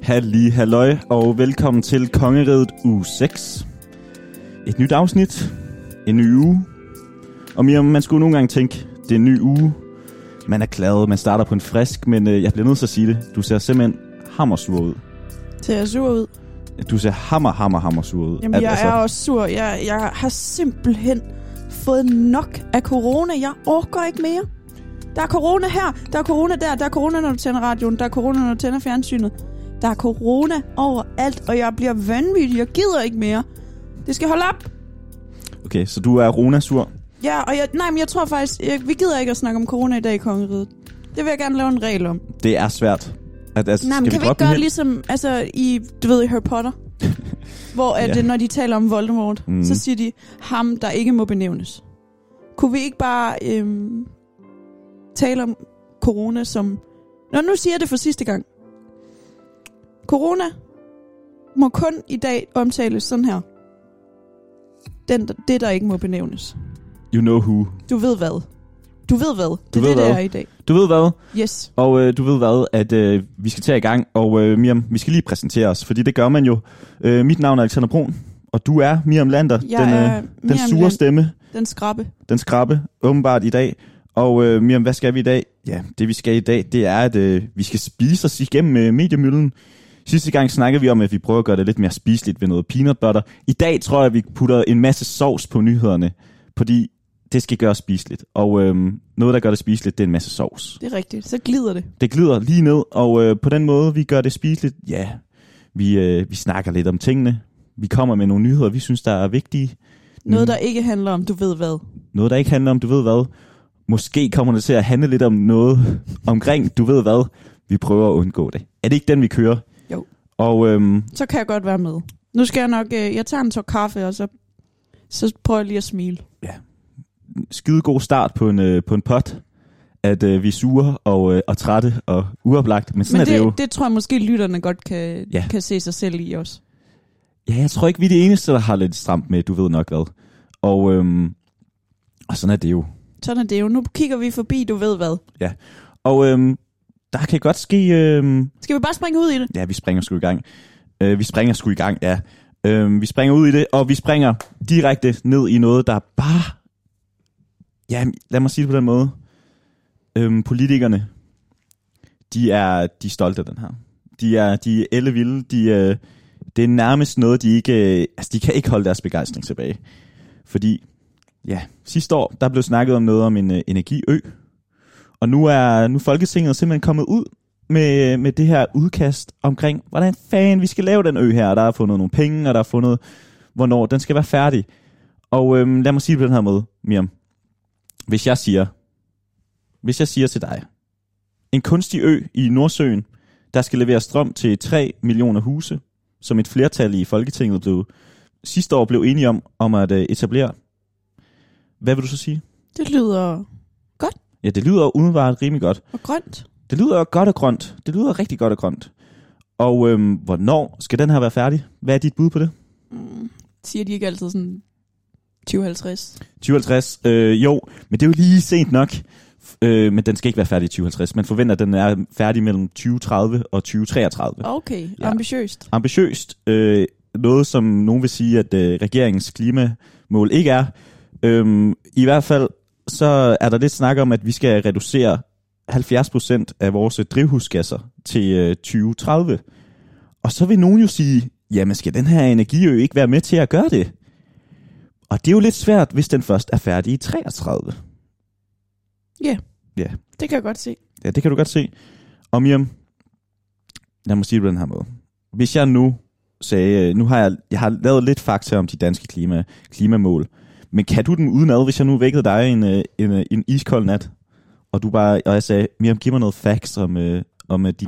Halløj og velkommen til Kongeriget uge 6. Et nyt afsnit, en ny uge. Og Miriam, man skulle nogle gange tænke, det er en ny uge. Man er glad, man starter på en frisk, men jeg bliver nødt til at sige det. Du ser simpelthen hammersur ud. Ser jeg sur ud? Du ser hammer sur ud. Jamen, jeg er også sur. Jeg har simpelthen fået nok af corona. Jeg orker ikke mere. Der er corona her, der er corona der, der er corona, når du tænder radioen, der er corona, når du tænder fjernsynet. Der er corona overalt, og jeg bliver vanvittig. Jeg gider ikke mere. Det skal holde op. Okay, så du er Rona-sur? Ja, og jeg tror faktisk, vi gider ikke at snakke om corona i dag i Kongeriget. Det vil jeg gerne lave en regel om. Det er svært. Men kan vi ikke gøre ligesom i Harry Potter? Hvor at, når de taler om Voldemort, så siger de, ham der ikke må benævnes. Kunne vi ikke bare tale om corona som... Nu siger jeg det for sidste gang. Corona må kun i dag omtales sådan her. Det der ikke må benævnes. You know who. Du ved hvad. Det er i dag. Du ved hvad? Yes. Og du ved hvad, at vi skal tage i gang. Og Miriam, vi skal lige præsentere os, fordi det gør man jo. Mit navn er Alexander Brun, og du er Miriam Lander. Den sure stemme. Den skrabbe, åbenbart i dag. Og Miriam, hvad skal vi i dag? Ja, det vi skal i dag, det er, at vi skal spise os igennem mediemøllen. Sidste gang snakkede vi om, at vi prøver at gøre det lidt mere spiseligt ved noget peanut butter. I dag tror jeg, at vi putter en masse sovs på nyhederne, fordi det skal gøres spiseligt. Og noget, der gør det spiseligt, det er en masse sovs. Det er rigtigt. Så glider det. Det glider lige ned, og på den måde, vi gør det spiseligt, ja, vi snakker lidt om tingene. Vi kommer med nogle nyheder, vi synes, der er vigtige. Noget, der ikke handler om, du ved hvad. Noget, der ikke handler om, du ved hvad. Måske kommer det til at handle lidt om noget omkring, du ved hvad. Vi prøver at undgå det. Er det ikke den, vi kører? Jo. Og så kan jeg godt være med. Nu skal jeg nok... jeg tager en tår kaffe, og så prøver jeg lige at smile. Ja. Skide god start på en pot. At vi er sure og trætte og uoplagt. Men sådan er det jo. Det tror jeg måske, lytterne godt kan se sig selv i også. Ja, jeg tror ikke, vi er de eneste, der har lidt stramt med, du ved nok hvad. Og sådan er det jo. Sådan er det jo. Nu kigger vi forbi, du ved hvad. Ja, og der kan godt ske... Skal vi bare springe ud i det? Ja, vi springer sgu i gang. Ja. Vi springer ud i det, og vi springer direkte ned i noget, der bare... Ja, lad mig sige det på den måde. Politikerne, de er stolte af den her. De er ellevilde. Det er nærmest noget, de ikke... de kan ikke holde deres begejstring tilbage. Fordi, ja, sidste år, der blev snakket om noget om en energiø. Og nu er Folketinget simpelthen kommet ud med det her udkast omkring, hvordan fanden vi skal lave den ø her. Der er fundet nogle penge, og der er fundet, hvornår den skal være færdig. Og lad mig sige det på den her måde, Miriam. Hvis jeg siger til dig, en kunstig ø i Nordsøen, der skal levere strøm til 3 millioner huse, som et flertal i Folketinget sidste år blev enige om at etablere. Hvad vil du så sige? Det lyder godt. Ja, det lyder udenbart rimelig godt. Og grønt. Det lyder godt og grønt. Det lyder rigtig godt og grønt. Og hvornår skal den her være færdig? Hvad er dit bud på det? Siger de ikke altid sådan 2050? 2050, jo. Men det er jo lige sent nok. Men den skal ikke være færdig i 2050. Man forventer, at den er færdig mellem 2030 og 2033. Okay, ja. Ambitiøst. Ambitiøst. Noget, som nogen vil sige, at regeringens klimamål ikke er. I hvert fald så er der lidt snak om, at vi skal reducere 70% af vores drivhusgasser til 2030. Og så vil nogen jo sige, jamen skal den her energiø ikke være med til at gøre det? Og det er jo lidt svært, hvis den først er færdig i 33. Ja, yeah. Det kan jeg godt se. Ja, det kan du godt se. Og Miriam, lad mig sige det på den her måde. Hvis jeg nu sagde, jeg har lavet lidt fakta om de danske klimamål, men kan du den udenad, hvis jeg nu vækkede dig en iskold nat, og jeg sagde, Miriam, giv mig noget facts om de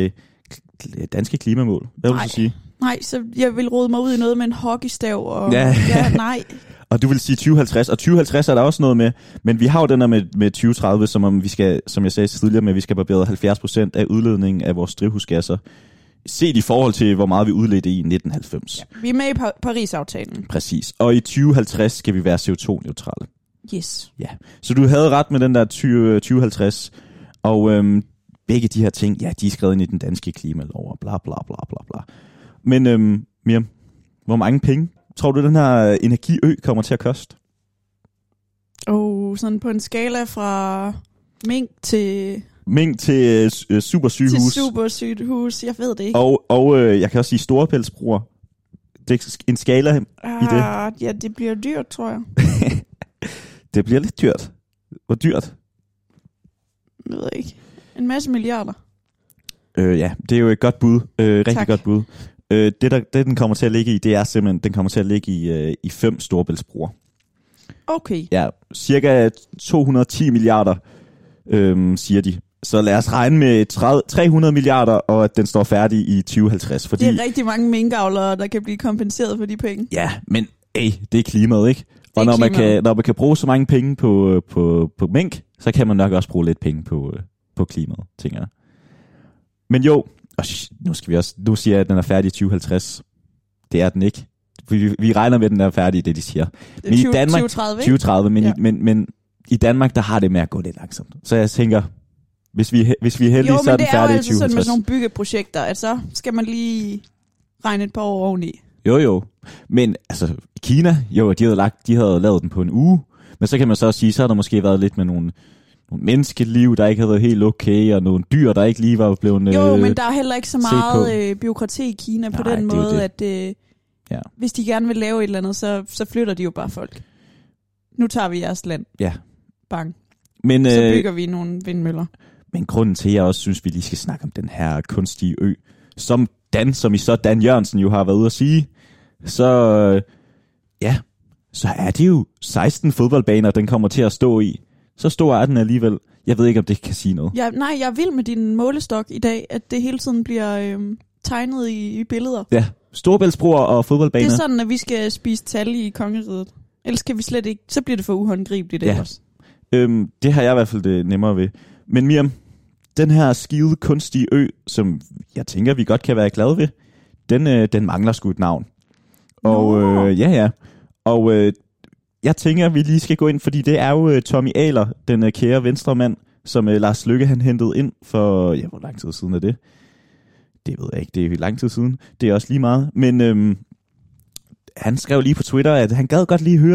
danske klimamål. Hvad vil du så sige? Nej, så jeg vil rode mig ud i noget med en hockeystav. Og ja, nej. Og du vil sige 2050, og 2050 er der også noget med, men vi har jo den der med 2030, som om vi skal, som jeg sagde tidligere, med at vi skal barbere 70% af udledningen af vores drivhusgasser, set i forhold til, hvor meget vi udledte i 1990. Ja, vi er med i Paris-aftalen. Præcis. Og i 2050 skal vi være CO2-neutrale. Yes. Ja. Så du havde ret med den der 2050. Og begge de her ting, ja, de er skrevet ind i den danske klimalov og bla bla bla bla bla. Men Miriam, hvor mange penge tror du, den her energiø kommer til at koste? Sådan på en skala fra mink til supersygehus. Til supersygehus, jeg ved det ikke. Og jeg kan også sige Storebæltsbroer. Det er en skala i det. Ja, det bliver dyrt, tror jeg. Det bliver lidt dyrt. Hvor dyrt? Jeg ved ikke. En masse milliarder. Ja, det er jo et godt bud. Rigtig Tak. godt bud. Det, den kommer til at ligge i, det er simpelthen, den kommer til at ligge i 5 Storebæltsbroer. Okay. Ja, cirka 210 milliarder, siger de. Så lad os regne med 300 milliarder, og at den står færdig i 2050. Fordi, det er rigtig mange minkavlere, der kan blive kompenseret for de penge. Ja, men det er klimaet, ikke? Og når man kan bruge så mange penge på mink, så kan man nok også bruge lidt penge på klimaet, tænker jeg. Men jo, nu siger jeg, at den er færdig i 2050. Det er den ikke. Vi regner med, at den er færdig, det de siger. Men i Danmark, 2030, men i Danmark, der har det med at gå lidt langsomt. Så jeg tænker, hvis vi er heldige, så er den færdig i 2050. Jo, men det er jo altså sådan med sådan nogle byggeprojekter, at så skal man lige regne et par år oveni. Jo. Men altså, Kina, de havde lavet den på en uge. Men så kan man så sige, så har der måske været lidt med nogle menneskeliv, der ikke havde været helt okay, og nogle dyr, der ikke lige var blevet men der er heller ikke så meget bureaukrati i Kina på den måde, at hvis de gerne vil lave et eller andet, så flytter de jo bare folk. Nu tager vi jeres land. Ja. Bang. Men, så bygger vi nogle vindmøller. Men grunden til, at jeg også synes, vi lige skal snakke om den her kunstige ø, som i så Dan Jørgensen jo har været ude at sige, så er det jo 16 fodboldbaner, den kommer til at stå i. Så stor er den alligevel. Jeg ved ikke, om det kan sige noget. Ja, nej, jeg vil med din målestok i dag, at det hele tiden bliver tegnet i billeder. Ja, Storebæltsbroer og fodboldbaner. Det er sådan, at vi skal spise tal i kongeriget. Ellers kan vi slet ikke. Så bliver det for uhåndgribeligt ellers. Det har jeg i hvert fald det nemmere ved. Men Miriam, den her skide kunstige ø, som jeg tænker, vi godt kan være glade ved, den mangler sgu et navn. Og Og jeg tænker, at vi lige skal gå ind, fordi det er jo Tommy Ahlers, den kære venstremand, som Lars Løkke han hentede ind for, hvor lang tid siden er det? Det ved jeg ikke, det er jo lang tid siden. Det er også lige meget. Men han skrev lige på Twitter, at han gad godt lige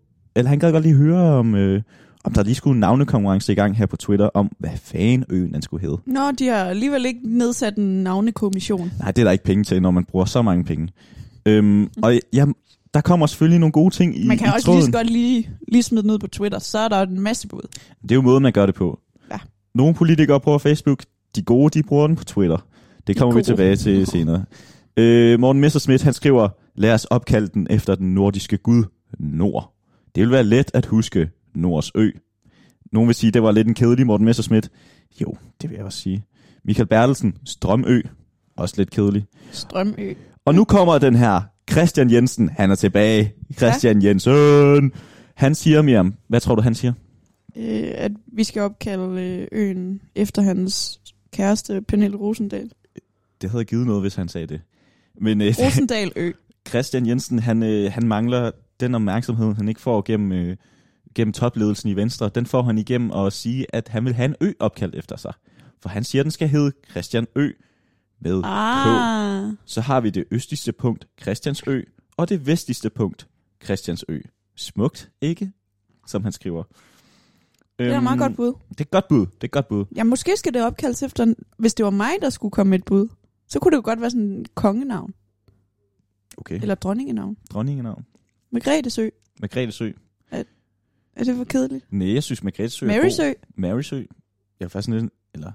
høre om der lige skulle en navnekonkurrence i gang her på Twitter, om hvad fanden øen den skulle hedde. Nå, de har alligevel ikke nedsat en navnekommission. Nej, det er der ikke penge til, når man bruger så mange penge. Og der kommer selvfølgelig nogle gode ting i man kan i også tråden. lige så godt lige smide den ud på Twitter, så er der en masse bud. Det er jo måden, man gør det på. Ja. Nogle politikere bruger Facebook, de gode, de bruger den på Twitter. Det kommer vi tilbage til senere. Morten Messerschmidt, han skriver, lad os opkalde den efter den nordiske gud, Nord. Det vil være let at huske Nords ø. Nogen vil sige, det var lidt en kedelig Morten Messerschmidt. Jo, det vil jeg også sige. Michael Bertelsen, Strømø. Også lidt kedelig. Strømø. Og nu kommer den her Christian Jensen. Han er tilbage. Christian Jensen. Han siger, Miriam, hvad tror du, han siger? At vi skal opkalde øen efter hans kæreste, Pernille Rosendal. Det havde givet noget, hvis han sagde det. Men Rosendal ø. Christian Jensen, han mangler den opmærksomhed, han ikke får gennem topledelsen i Venstre. Den får han igennem at sige, at han vil have en ø opkaldt efter sig. For han siger, at den skal hedde Christian Ø med K. Så har vi det østligste punkt, Christiansø, og det vestligste punkt, Christiansø. Smukt, ikke? Som han skriver. Det er meget godt bud. Det er et godt bud. Ja, måske skal det opkaldes efter, hvis det var mig, der skulle komme med et bud. Så kunne det jo godt være sådan en kongenavn. Okay. Eller dronningenavn. Margrethe Margrethe. Er det for kedeligt? Nej, jeg synes Margrethe Marysø. Marysø. Jeg er faktisk lidt, eller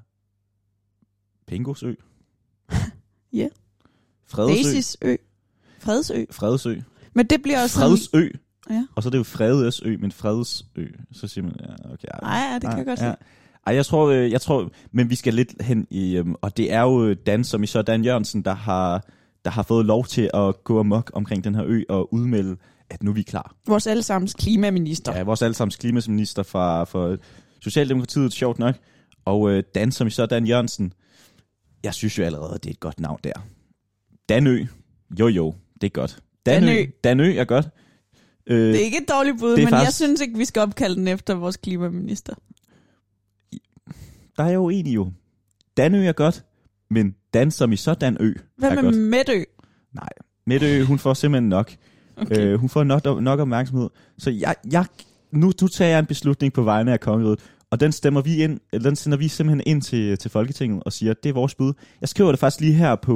Pingosø. Ja. Yeah. Fredsø. Fredsø. Men det bliver også Fredsø. Ja. Og så er det jo Fredesø, men Fredsø. Så siger man, ja, okay. Nej, det kan jeg godt se. Ej, jeg tror, men vi skal lidt hen i, og det er jo Dan, som i så Dan Jørgensen, der har fået lov til at gå amok omkring den her ø og udmelde, at nu er vi klar. Vores allesammens klimaminister. Ja, vores allesammens klimaminister for Socialdemokratiet, sjovt nok. Og Dan, som i så Dan Jørgensen, jeg synes jo allerede, det er et godt navn der. Danø, jo, det er godt. Danø er godt. Det er ikke et dårligt bud, men faktisk... jeg synes ikke, vi skal opkalde den efter vores klimaminister. Der er jo enig jo. Danø er godt, men Dan som i sådan ø Hvad er med godt. Mætø? Nej, Mette, hun får simpelthen nok. Okay. Hun får nok opmærksomhed. Så nu tager jeg en beslutning på vegne af kongeriget, og den stemmer vi ind, eller den sender vi simpelthen ind til Folketinget og siger, at det er vores bud. Jeg skriver det faktisk lige her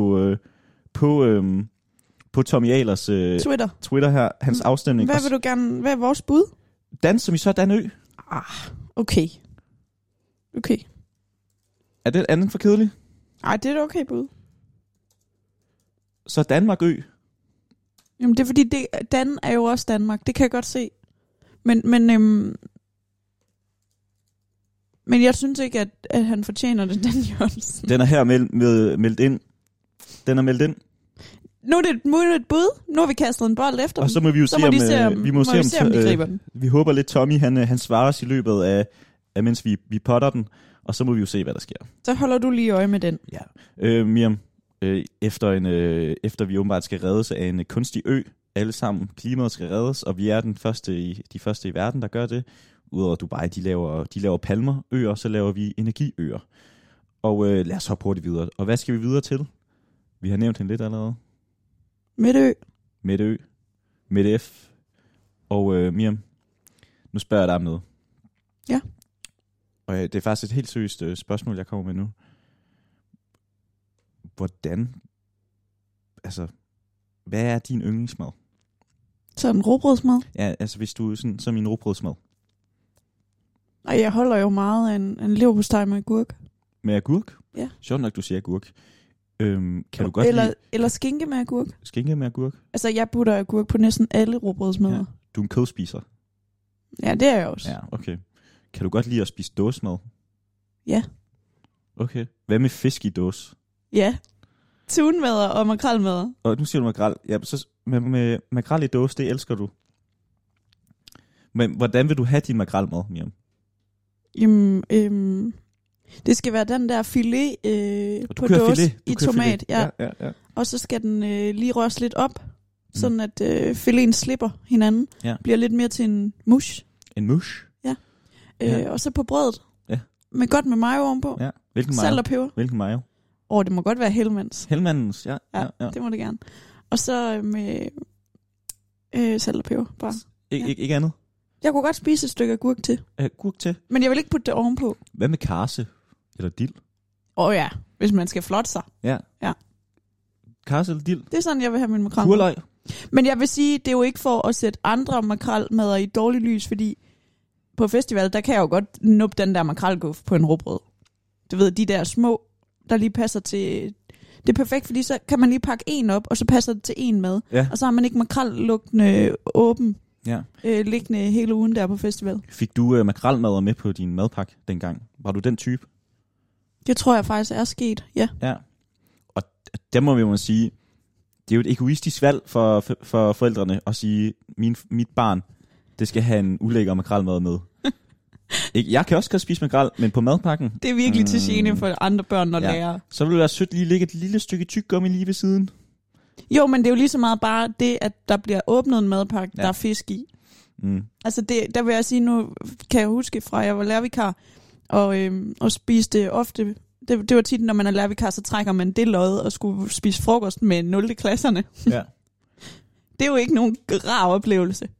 på Tommy Ahlers Twitter her, hans afstemning. Hvad vil du gerne, hvad er vores bud? Dan som i sådan ø. Okay. Er det andet for kedeligt? Ej, det er et okay bud. Så Danmark ø. Jamen det er fordi, Dan er jo også Danmark. Det kan jeg godt se. Men jeg synes ikke, at han fortjener det, Dan Jørgensen. Den er her meldt ind. Den er meldt ind. Nu er det et bud. Nu har vi kastet en bold efter og så må vi jo se, om de griber den. Vi håber lidt, Tommy han svarer os i løbet af mens vi potter den. Og så må vi jo se, hvad der sker. Så holder du lige øje med den. Ja. Miriam, efter vi åbenbart skal reddes af en kunstig ø, alle sammen, klimaet skal reddes, og vi er de første i verden, der gør det. Udover Dubai, de laver palmerøer, så laver vi energiøer. Og lad os hoppe hurtigt videre. Og hvad skal vi videre til? Vi har nævnt hende lidt allerede. Mette F. Og Miriam, nu spørger jeg dig om noget. Ja. Og det er faktisk et helt seriøst spørgsmål, jeg kommer med nu. Hvordan, altså, hvad er din yndlingsmad? Så en rugbrødsmad? Ja, altså hvis du sådan som en rugbrødsmad. Og jeg holder jo meget af en leverpostej med agurk. Med agurk? Ja. Sjovt nok, du siger agurk. Kan du godt lide... Eller skinke med agurk. Skinke med agurk? Altså, jeg putter agurk på næsten alle rugbrødsmadder. Ja. Du er en kødspiser? Ja, det er jeg også. Ja, okay. Kan du godt lide at spise dåsemad? Ja. Okay. Hvad med fisk i dåse? Ja. Tunmadder og makrelmadder. Og nu siger du makrel. Ja, så med makrel i dåse, det elsker du. Men hvordan vil du have din makrelmad, Miriam? Jamen, det skal være den der filet på dåse i tomat. Ja. Og så skal den lige røres lidt op, sådan at fileten slipper hinanden. Ja. Bliver lidt mere til en mush. En mush? Ja. Og så på brødet. Ja. Med godt med mayo ovenpå. Ja. Hvilken mayo? Salt og peber. Hvilken mayo? Det må godt være Hellmann's. Hellmann's, ja. Ja, det må det gerne. Og så med salt og peber, bare. Ikke andet? Jeg kunne godt spise et stykke agurk til. Agurk til? Men jeg vil ikke putte det ovenpå. Hvad med karse? Eller dild? Ja, hvis man skal flotte sig. Ja. Karse eller dild? Det er sådan, jeg vil have min makrel. Purløg? Men jeg vil sige, det er jo ikke for at sætte andre makrelmadder i dårlig lys, fordi på festival, der kan jeg jo godt nuppe den der makrelguff på en rugbrød. Du ved, de der små, der lige passer til... Det er perfekt, fordi så kan man lige pakke en op, og så passer det til en med. Ja. Og så har man ikke makrellugtende åben, liggende hele ugen der på festival. Fik du makrelmadder med på din madpakke dengang? Var du den type? Det tror jeg faktisk er sket, ja. Ja, og der må vi jo sige, det er jo et egoistisk valg for forældrene at sige, mit barn, det skal have en ulækker makrelmad med. Jeg kan også godt spise makrel, men på madpakken... Det er virkelig til gene for andre børn og lærere. Så vil det være sødt lige lægge et lille stykke tyggegummi lige ved siden. Jo, men det er jo lige så meget bare det, at der bliver åbnet en madpakke, der er fisk i. Altså, der vil jeg sige, nu kan jeg huske fra, jeg var lærervikar, og spiste ofte... Det var tit, når man er lærervikar, så trækker man det lod og skulle spise frokost med 0. klasserne. Ja. Det er jo ikke nogen rar oplevelse.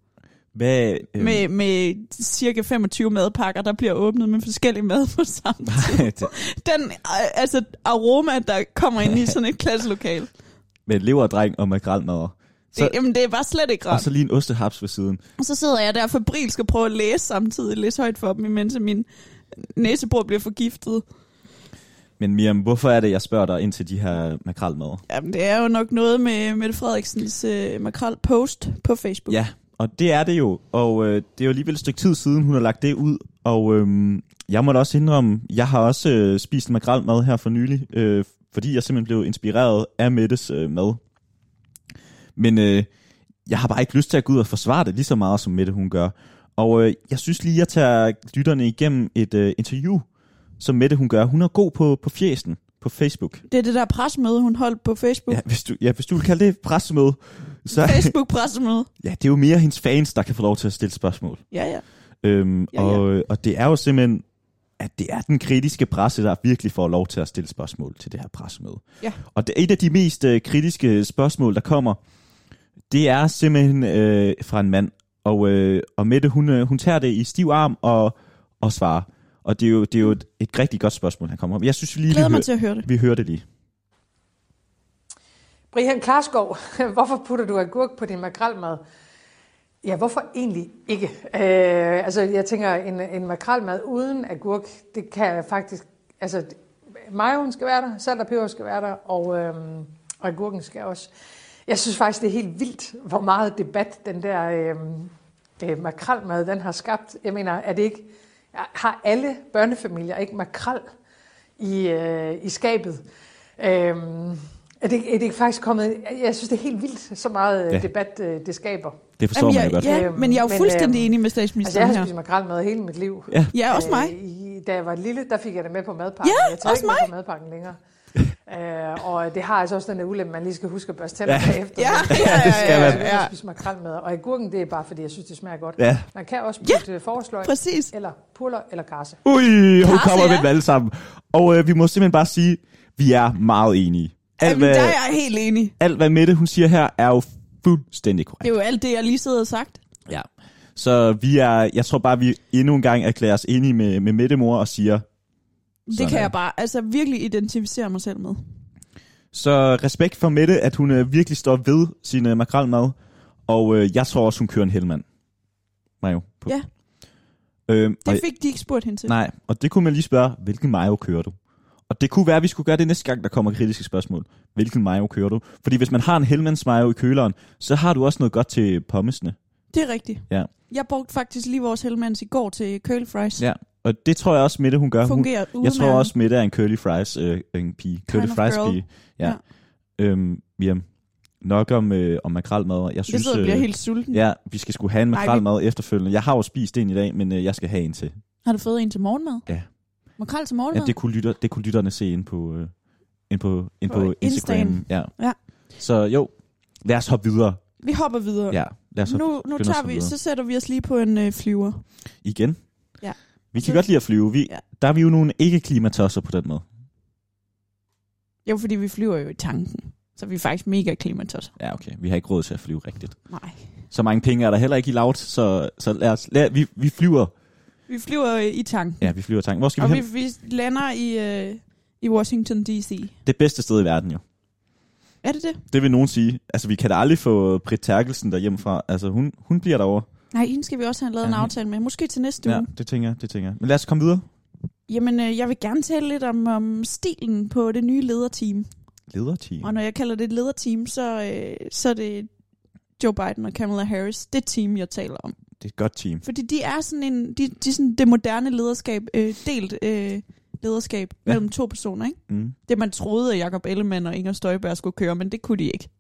Med cirka 25 madpakker, der bliver åbnet med forskellige mad på samme tid. Den aroma, der kommer ind i sådan et klasselokale. Med leverdreng og makrelmadder. Jamen, det er bare slet ikke rart. Og så lige en ostehaps ved siden. Og så sidder jeg der febrilsk og prøver at læse samtidig. Læse højt for dem, imens min næsebor bliver forgiftet. Men Miriam, hvorfor er det, jeg spørger dig ind til de her makrelmadder? Jamen, det er jo nok noget med Mette Frederiksens makrel-post på Facebook. Ja, og det er det jo. Og det er jo alligevel et stykke tid siden, hun har lagt det ud. Og jeg må da også indrømme, jeg har også spist makrelmad her for nylig, fordi jeg simpelthen blev inspireret af Mettes mad. Men jeg har bare ikke lyst til at gå ud og forsvare det lige så meget, som Mette hun gør. Og jeg synes lige, at jeg tager lytterne igennem et interview, som Mette hun gør. Hun er god på fjesen på Facebook. Det er det der pressemøde, hun holdt på Facebook. Ja, hvis du vil kalde det pressemøde. Så, Facebook-pressemøde. Ja, det er jo mere hendes fans, der kan få lov til at stille spørgsmål. Ja. Og det er jo simpelthen at det er den kritiske presse, der virkelig får lov til at stille spørgsmål til det her pressemøde. Ja. Og et af de mest kritiske spørgsmål, der kommer, det er simpelthen fra en mand. Og Mette, hun tager det i stiv arm og svarer. Og det er jo et rigtig godt spørgsmål, han kommer op. Jeg synes lige, glæder mig til at høre det. Vi hører det lige. Brian Klarskov, hvorfor putter du agurk på din makrelmad? Ja, hvorfor egentlig ikke? Jeg tænker, en makrelmad uden agurk, det kan faktisk... Altså, majoen skal være der, salt og peber skal være der, og agurken skal også. Jeg synes faktisk, det er helt vildt, hvor meget debat den der makrelmad, den har skabt. Jeg mener, er det ikke... Har alle børnefamilier ikke makrel i skabet? Er det ikke faktisk kommet... Jeg synes, det er helt vildt, så meget debat det skaber. Det forstår man godt. Ja, men jeg er jo fuldstændig enig med statsministeren her. Jeg har spist makrelmad hele mit liv. Ja, også mig. Da jeg var lille, der fik jeg det med på madpakken. Ja, jeg tager også ikke med på madpakken længere. Og det har altså også den der ulempe, man lige skal huske at børste tænder bagefter. Det skal man. Jeg spiser makrelmad. Og agurken, det er bare fordi, jeg synes, det smager godt. Ja. Man kan også putte forårsløg, eller purløg, eller karse. Hun kommer med dem alle sammen. Og vi må simpelthen bare sige, vi er meget enige. Der er jeg helt enig. Alt, hvad Mette hun siger her, er jo fuldstændig korrekt. Det er jo alt det, jeg lige sidder og sagt. Ja. Så jeg tror bare, vi endnu en gang erklærer os enige med Mette mor og siger... Det kan jeg bare virkelig identificere mig selv med. Så respekt for Mette, at hun virkelig står ved sin makrelmad. Og jeg tror også, hun kører en Hellmann. Mayo. Ja. Det fik de ikke spurgt hende til. Nej, og det kunne man lige spørge, hvilken mayo kører du? Og det kunne være, at vi skulle gøre det næste gang, der kommer kritiske spørgsmål. Hvilken mayo kører du? Fordi hvis man har en Hellmanns mayo i køleren, så har du også noget godt til pommesene. Det er rigtigt. Ja. Jeg brugte faktisk lige vores Hellmanns i går til curly fries. Ja, og det tror jeg også, Mette hun gør. Jeg tror også, Mette er en curly fries en pige. Curly fries pige. Ja. Nok om makrelmad. Jeg synes, jeg bliver helt sulten. Ja, vi skal sgu have en makrelmad efterfølgende. Jeg har jo spist en i dag, men jeg skal have en til. Har du fået en til morgenmad? Ja. Makrel til morgenmad? Ja, det kunne lytterne se ind på Instagram. Ja. Så jo, lad os hoppe videre. Vi hopper videre. Ja, lad os nu så sætter vi os lige på en flyver. Igen? Ja. Vi kan godt lide at flyve. Der er vi jo nogle ikke-klimatosser på den måde. Jo, fordi vi flyver jo i tanken. Så vi er faktisk mega klimatosser. Ja, okay. Vi har ikke råd til at flyve rigtigt. Nej. Så mange penge er der heller ikke i Loud, så vi flyver. Vi flyver i tanken. Ja, vi flyver i tanken. Hvor skal vi hen? Og vi lander i Washington D.C. Det bedste sted i verden, jo. Er det det? Det vil nogen sige. Altså, vi kan da aldrig få Britt Terkelsen derhjemmefra. Altså, hun bliver derovre. Nej, hende skal vi også have lavet en aftale med. Måske til næste uge. Ja, det tænker jeg. Men lad os komme videre. Jamen, jeg vil gerne tale lidt om stilen på det nye lederteam. Lederteam? Og når jeg kalder det et lederteam, så er det Joe Biden og Kamala Harris. Det team, jeg taler om. Det er et godt team. Fordi de er sådan de er sådan det moderne lederskab, delt lederskab mellem to personer, ikke? Mm. Det man troede, at Jacob Ellemann og Inger Støjberg skulle køre, men det kunne de ikke.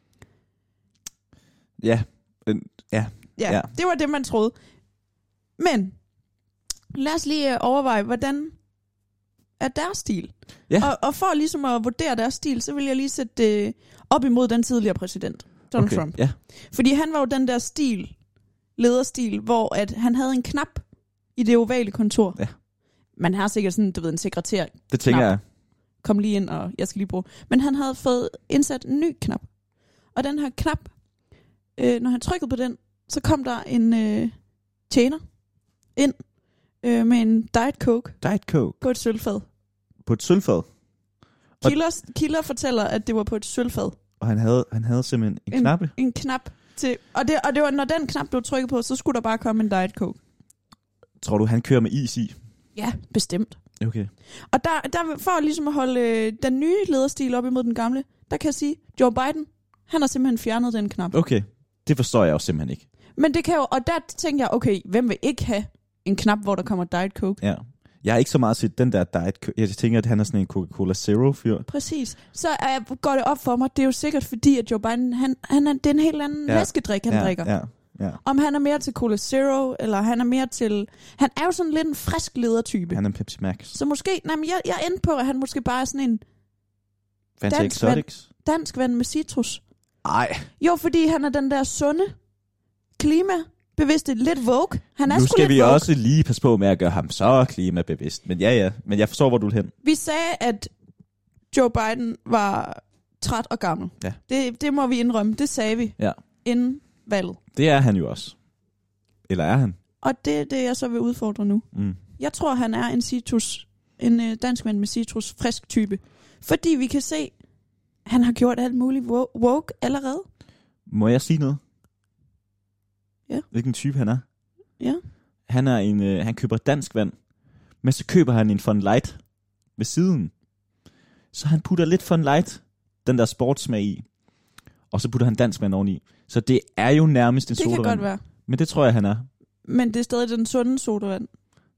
Ja, det var det, man troede. Men lad os lige overveje, hvordan er deres stil? Ja. Og for ligesom at vurdere deres stil, så vil jeg lige sætte det op imod den tidligere præsident, Donald Trump. Ja. Fordi han var jo den der lederstil, hvor at han havde en knap i det ovale kontor. Ja. Man har sikkert sådan, en sekretær. Det tænker jeg. Kom lige ind, og jeg skal lige bruge. Men han havde fået indsat en ny knap. Og den her knap, når han trykkede på den, så kom der en tjener ind med en Diet Coke. Diet Coke? På et sølvfad. På et sølvfad? Kilder fortæller, at det var på et sølvfad. Og han havde simpelthen en knappe? En knap til... Og det var, når den knap blev trykket på, så skulle der bare komme en Diet Coke. Tror du, han kører med is i? Ja, bestemt. Okay. Og der for ligesom at holde den nye lederstil op imod den gamle, der kan jeg sige, Joe Biden, han har simpelthen fjernet den knap. Okay, det forstår jeg også simpelthen ikke. Men det kan jo... Og der tænker jeg, okay, hvem vil ikke have en knap, hvor der kommer Diet Coke? Ja. Jeg har ikke så meget set den der Diet Coke. Jeg tænker, at han er sådan en Coca-Cola Zero-fyr. Præcis. Så går det op for mig. Det er jo sikkert fordi, at Joe Biden, det er en helt anden væskedrik, han drikker. Ja. Om han er mere til Cola Zero, eller han er mere til... Han er jo sådan lidt en frisk ledertype. Han er Pepsi Max. Så måske... Nej, men jeg endte på, at han måske bare er sådan en... Dansk vand med citrus. Ej. Jo, fordi han er den der sunde, bevidste, lidt woke. Han er nu sgu skal lidt vi woke. også lige passe på med at gøre ham så klimabevidst. Men ja, men jeg forstår, hvor du er hen. Vi sagde, at Joe Biden var træt og gammel. Ja. Det må vi indrømme. Det sagde vi inden valget. Det er han jo også. Eller er han? Og det er det, jeg så vil udfordre nu. Jeg tror, han er en danskmand med citrus, frisk type. Fordi vi kan se, han har gjort alt muligt woke allerede. Må jeg sige noget? Ja. Hvilken type han er? Ja. Han køber dansk vand, men så køber han en Fun Light ved siden. Så han putter lidt Fun Light, den der sportsmag i, og så putter han dansk vand oveni. Så det er jo nærmest en sodavand. Det kan godt være. Men det tror jeg, han er. Men det er stadig den sunde sodavand.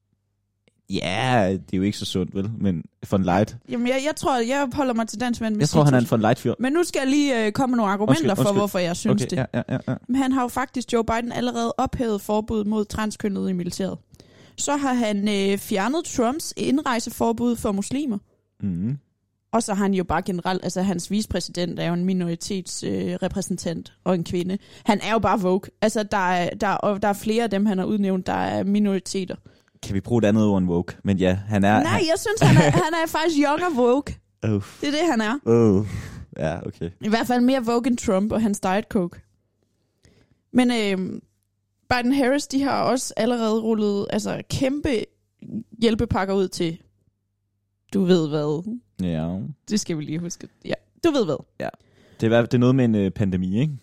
Ja, det er jo ikke så sundt, vel? Men Fun Light. Jamen, jeg tror, jeg holder mig til dansk vand med Jeg tror, han er en Fun Light-fyr. Men nu skal jeg lige komme med nogle argumenter for, hvorfor jeg synes det. Ja. Men han har jo faktisk, Joe Biden, allerede ophævet forbud mod transkønnede i militæret. Så har han fjernet Trumps indrejseforbud for muslimer. Mm. Og så har han jo bare generelt, altså hans vicepræsident er jo en minoritetsrepræsentant og en kvinde. Han er jo bare woke. Altså der er flere af dem, han har udnævnt, der er minoriteter. Kan vi bruge et andet ord end woke? Men ja, han er... Nej, jeg synes, han er faktisk young og woke. Det er det, han er. Ja, okay. I hvert fald mere woke end Trump og hans Diet Coke. Men Biden-Harris, de har også allerede rullet kæmpe hjælpepakker ud til, du ved hvad. Ja. Det skal vi lige huske. Ja, du ved hvad. Ja. Det er noget med en pandemi, ikke?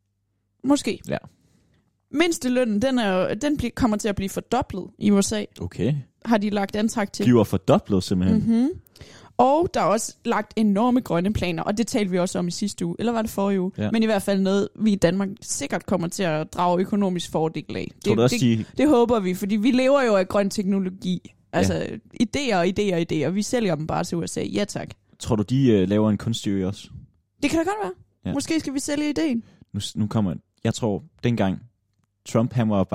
Måske. Ja. Mindstelønnen, den kommer til at blive fordoblet i USA. Okay. Har de lagt antræk til. Bliver fordoblet simpelthen. Mm-hmm. Og der er også lagt enorme grønne planer, og det talte vi også om i sidste uge, eller var det forrige uge? Ja. Men i hvert fald noget, vi i Danmark sikkert kommer til at drage økonomisk fordel af. Det håber vi, fordi vi lever jo af grøn teknologi. Altså idéer. Vi sælger dem bare til USA. Ja tak. Tror du, de laver en kunstig ø også? Det kan da godt være. Ja. Måske skal vi sælge ideen. Nu kommer... Jeg tror, dengang Trump, han var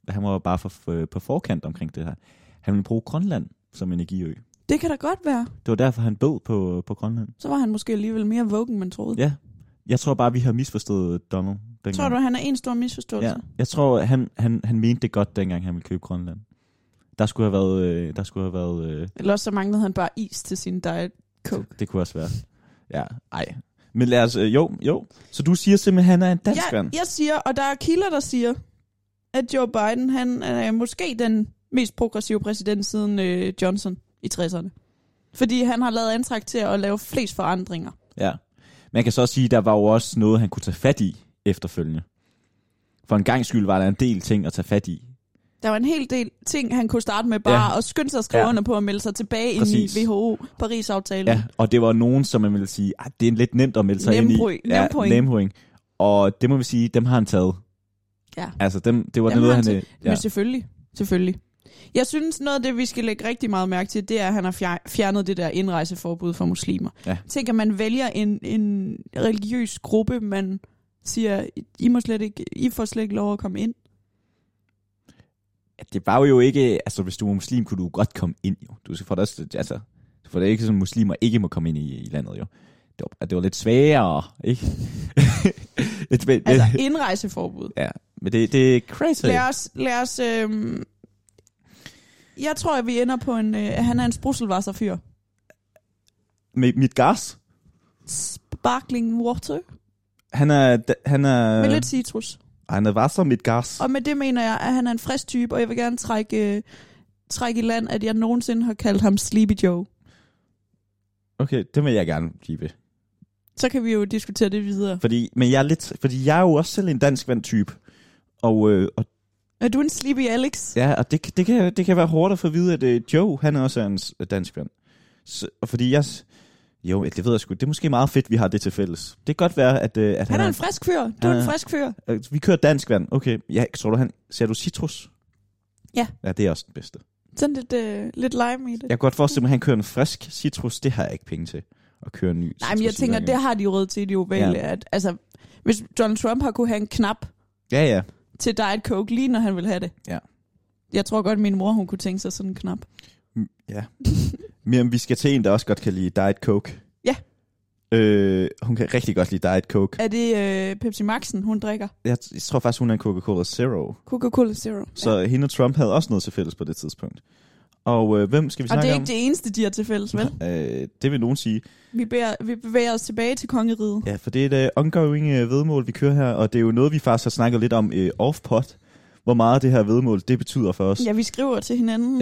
bare på forkant omkring det her. Han ville bruge Grønland som energiø. Det kan da godt være. Det var derfor, han bød på Grønland. Så var han måske alligevel mere woke, end man troede. Ja. Jeg tror bare, vi har misforstået Donald dengang. Tror du, han er en stor misforståelse? Ja. Jeg tror, han mente det godt, dengang han ville købe Grønland. Der skulle have været... Eller også så manglede han bare is til sin Diet Coke. Det kunne også være. Ja, ej. Men lad os... Jo. Så du siger simpelthen, at han er en dansk vand? Jeg siger, og der er kilder, der siger, at Joe Biden, han er måske den mest progressive præsident siden Johnson i 60'erne. Fordi han har lavet antræk til at lave flest forandringer. Ja. Man kan så også sige, at der var jo også noget, han kunne tage fat i efterfølgende. For en gang skyld var der en del ting at tage fat i. Der var en hel del ting, han kunne starte med bare at skynde sig at skrive under på at melde sig tilbage ind i WHO, Paris-aftalen. Ja, og det var nogen, som man ville sige, at det er lidt nemt at melde sig ind i. Nem point. Og det må vi sige, dem har han taget. Ja. Altså, det var noget, han... Men selvfølgelig. Jeg synes, noget af det, vi skal lægge rigtig meget mærke til, det er, at han har fjernet det der indrejseforbud for muslimer. Ja. Tænk, at man vælger en religiøs gruppe, man siger, I får slet ikke lov at komme ind. Ja, det var jo ikke... Altså, hvis du var muslim, kunne du godt komme ind, jo. Du får det ikke sådan, at muslimer ikke må komme ind i landet, jo. Det var lidt sværere, ikke? Indrejseforbud. Ja, men det er crazy. Lad os jeg tror, at vi ender på han er en sprudselvasserfyr. Med mit gas? Sparkling water. Han er... Med lidt citrus. Han er vasser mit gas. Og med det mener jeg, at han er en frisk type, og jeg vil gerne trække i land, at jeg nogensinde har kaldt ham Sleepy Joe. Okay, det vil jeg gerne blive ved. Så kan vi jo diskutere det videre. Fordi jeg er jo også selv en dansk vand-type. Og er du en Sleepy Alex? Ja, og det kan være hårdt at få at vide, at Joe, han er også en dansk vand. Og fordi det ved jeg sgu, det er måske meget fedt, vi har det til fælles. Det kan godt være, at han er en frisk fyr. Du er en frisk fyr. Vi kører dansk vand. Okay, ja, tror du, ser du citrus? Ja. Ja, det er også den bedste. Sådan lidt lime i det. Jeg kan godt forestille mig, at han kører en frisk citrus. Det har jeg ikke penge til at køre en ny citrus. Nej, men jeg tænker, det har de jo råd til, de ovale. Ja. Altså, hvis Donald Trump har kunne have en knap til Diet Coke, lige når han vil have det. Ja. Jeg tror godt, min mor, hun kunne tænke sig sådan en knap. Ja. Men vi skal til en, der også godt kan lide Diet Coke. Ja. Hun kan rigtig godt lide Diet Coke. Er det Pepsi Max'en, hun drikker? Jeg tror faktisk, hun er en Coca-Cola Zero. Coca-Cola Zero. Så hende og Trump havde også noget til fælles på det tidspunkt. Og hvem skal vi snakke om? Og det er ikke det eneste, de har til fælles, vel? Det vil nogen sige. Vi bevæger os tilbage til kongeriget. Ja, for det er et ongoing vedmål, vi kører her, og det er jo noget, vi faktisk har snakket lidt om off-pod, hvor meget det her vedmål, det betyder for os. Ja, vi skriver til hinanden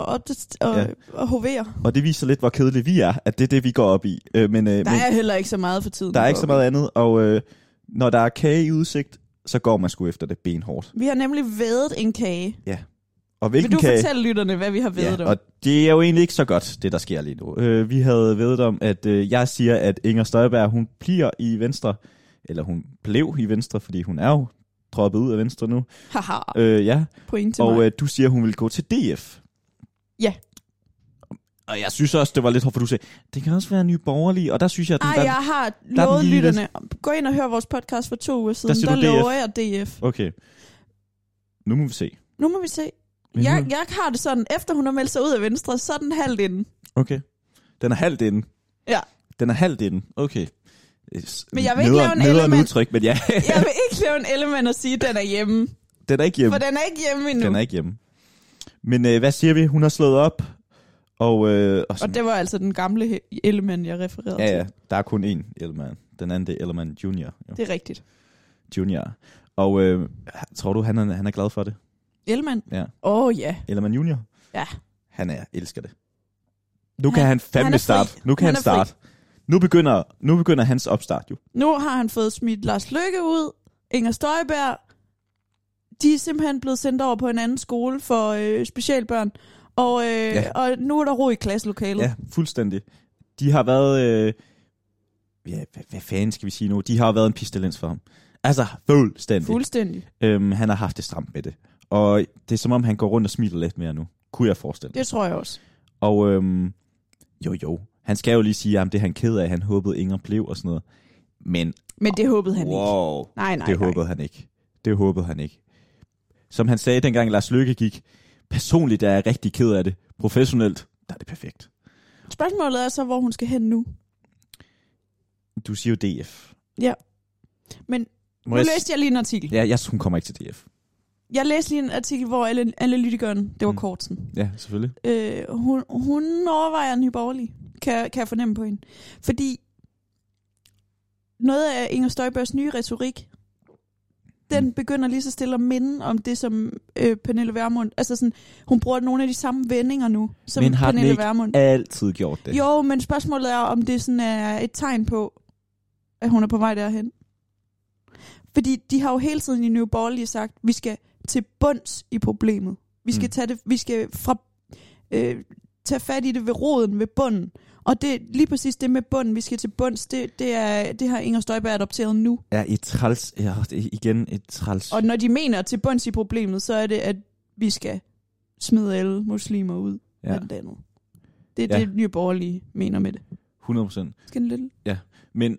og hoverer. Og det viser lidt, hvor kedelige vi er, at det er det, vi går op i. Men der er heller ikke så meget for tiden. Der er ikke så meget andet, og når der er kage i udsigt, så går man sgu efter det benhårdt. Vi har nemlig vædet en kage. Ja. Og hvilken vil du kage? fortælle lytterne, hvad vi har vædet om? Og det er jo egentlig ikke så godt, det der sker lige nu. Vi havde vædet om, at jeg siger, at Inger Støjberg, hun bliver i Venstre, eller hun blev i Venstre, fordi hun er jo droppet ud af Venstre nu. Haha. Ja. Point til mig. Og du siger, hun vil gå til DF. Ja. Og jeg synes også, det var lidt hårdt, for du sagde, det kan også være Nye Borgerlige, og der synes jeg... Jeg har lovet lytterne. Gå ind og hør vores podcast for 2 uger siden. Der lover jeg DF. Okay. Nu må vi se. Jeg har det sådan, efter hun har meldt sig ud af Venstre, så er den halvt inden. Okay. Den er halvt inden? Ja. Den er halvt inden, okay. Men jeg vil ikke lave en element. Udtryk, men ja. Jeg vil ikke lave en element og sige, at den er hjemme. Den er ikke hjemme. For den er ikke hjemme endnu. Den er ikke hjemme. Men hvad siger vi? Hun har slået op. Og det var altså den gamle Ellemann, jeg refererede til. Ja, der er kun én Ellemann. Den anden, det er Ellemann Junior. Jo. Det er rigtigt. Junior. Og tror du, han er glad for det? Ellemann? Ja. Ja. Ellemann Junior? Ja. Han elsker det. Nu kan han fandme starte. Nu kan han starte. Nu begynder hans opstart jo. Nu har han fået smidt Lars Løkke ud, Inger Støjberg. De er simpelthen blevet sendt over på en anden skole for specialbørn. Og nu er der ro i klasselokalet. Ja, fuldstændig. De har været... hvad fanden skal vi sige nu? De har været en pestilens for ham. Altså, fuldstændig. Han har haft det stramt med det. Og det er som om, han går rundt og smiler lidt mere nu. Kunne jeg forestille mig. Det tror jeg også. Og jo. Han skal jo lige sige, at det er han ked af, han håbede Inger blev og sådan noget. Men det håbede han ikke. Nej. Det håbede han ikke. Som han sagde, dengang Lars Løkke gik, personligt er jeg rigtig ked af det. Professionelt, der er det perfekt. Spørgsmålet er så, hvor hun skal hen nu. Du siger jo DF. Ja. Men nu læste jeg lige en artikel. Ja, hun kommer ikke til DF. Jeg læste lige en artikel, hvor alle lytikerne, det var Kortsen. Ja, selvfølgelig. Hun overvejer Nye Borgerlige, kan jeg fornemme på hende. Fordi noget af Inger Støjbergs nye retorik, den begynder lige så stille at minde om det, som Pernille Vermund... Altså sådan, hun bruger nogle af de samme vendinger nu, som Pernille Vermund. Men har den ikke altid gjort det? Jo, men spørgsmålet er, om det sådan er et tegn på, at hun er på vej derhen. Fordi de har jo hele tiden i Nye Borgerlige sagt, vi skal til bunds i problemet. Vi skal tage fat i det ved roden, ved bunden. Og det lige præcis det med bunden, vi skal til bunds, det har Inger Støjberg adopteret nu. Ja, et træls. Og når de mener til bunds i problemet, så er det, at vi skal smide alle muslimer ud af det andet. Det er det, Nye Borgerlige mener med det. 100%. Skal det lidt? Ja, men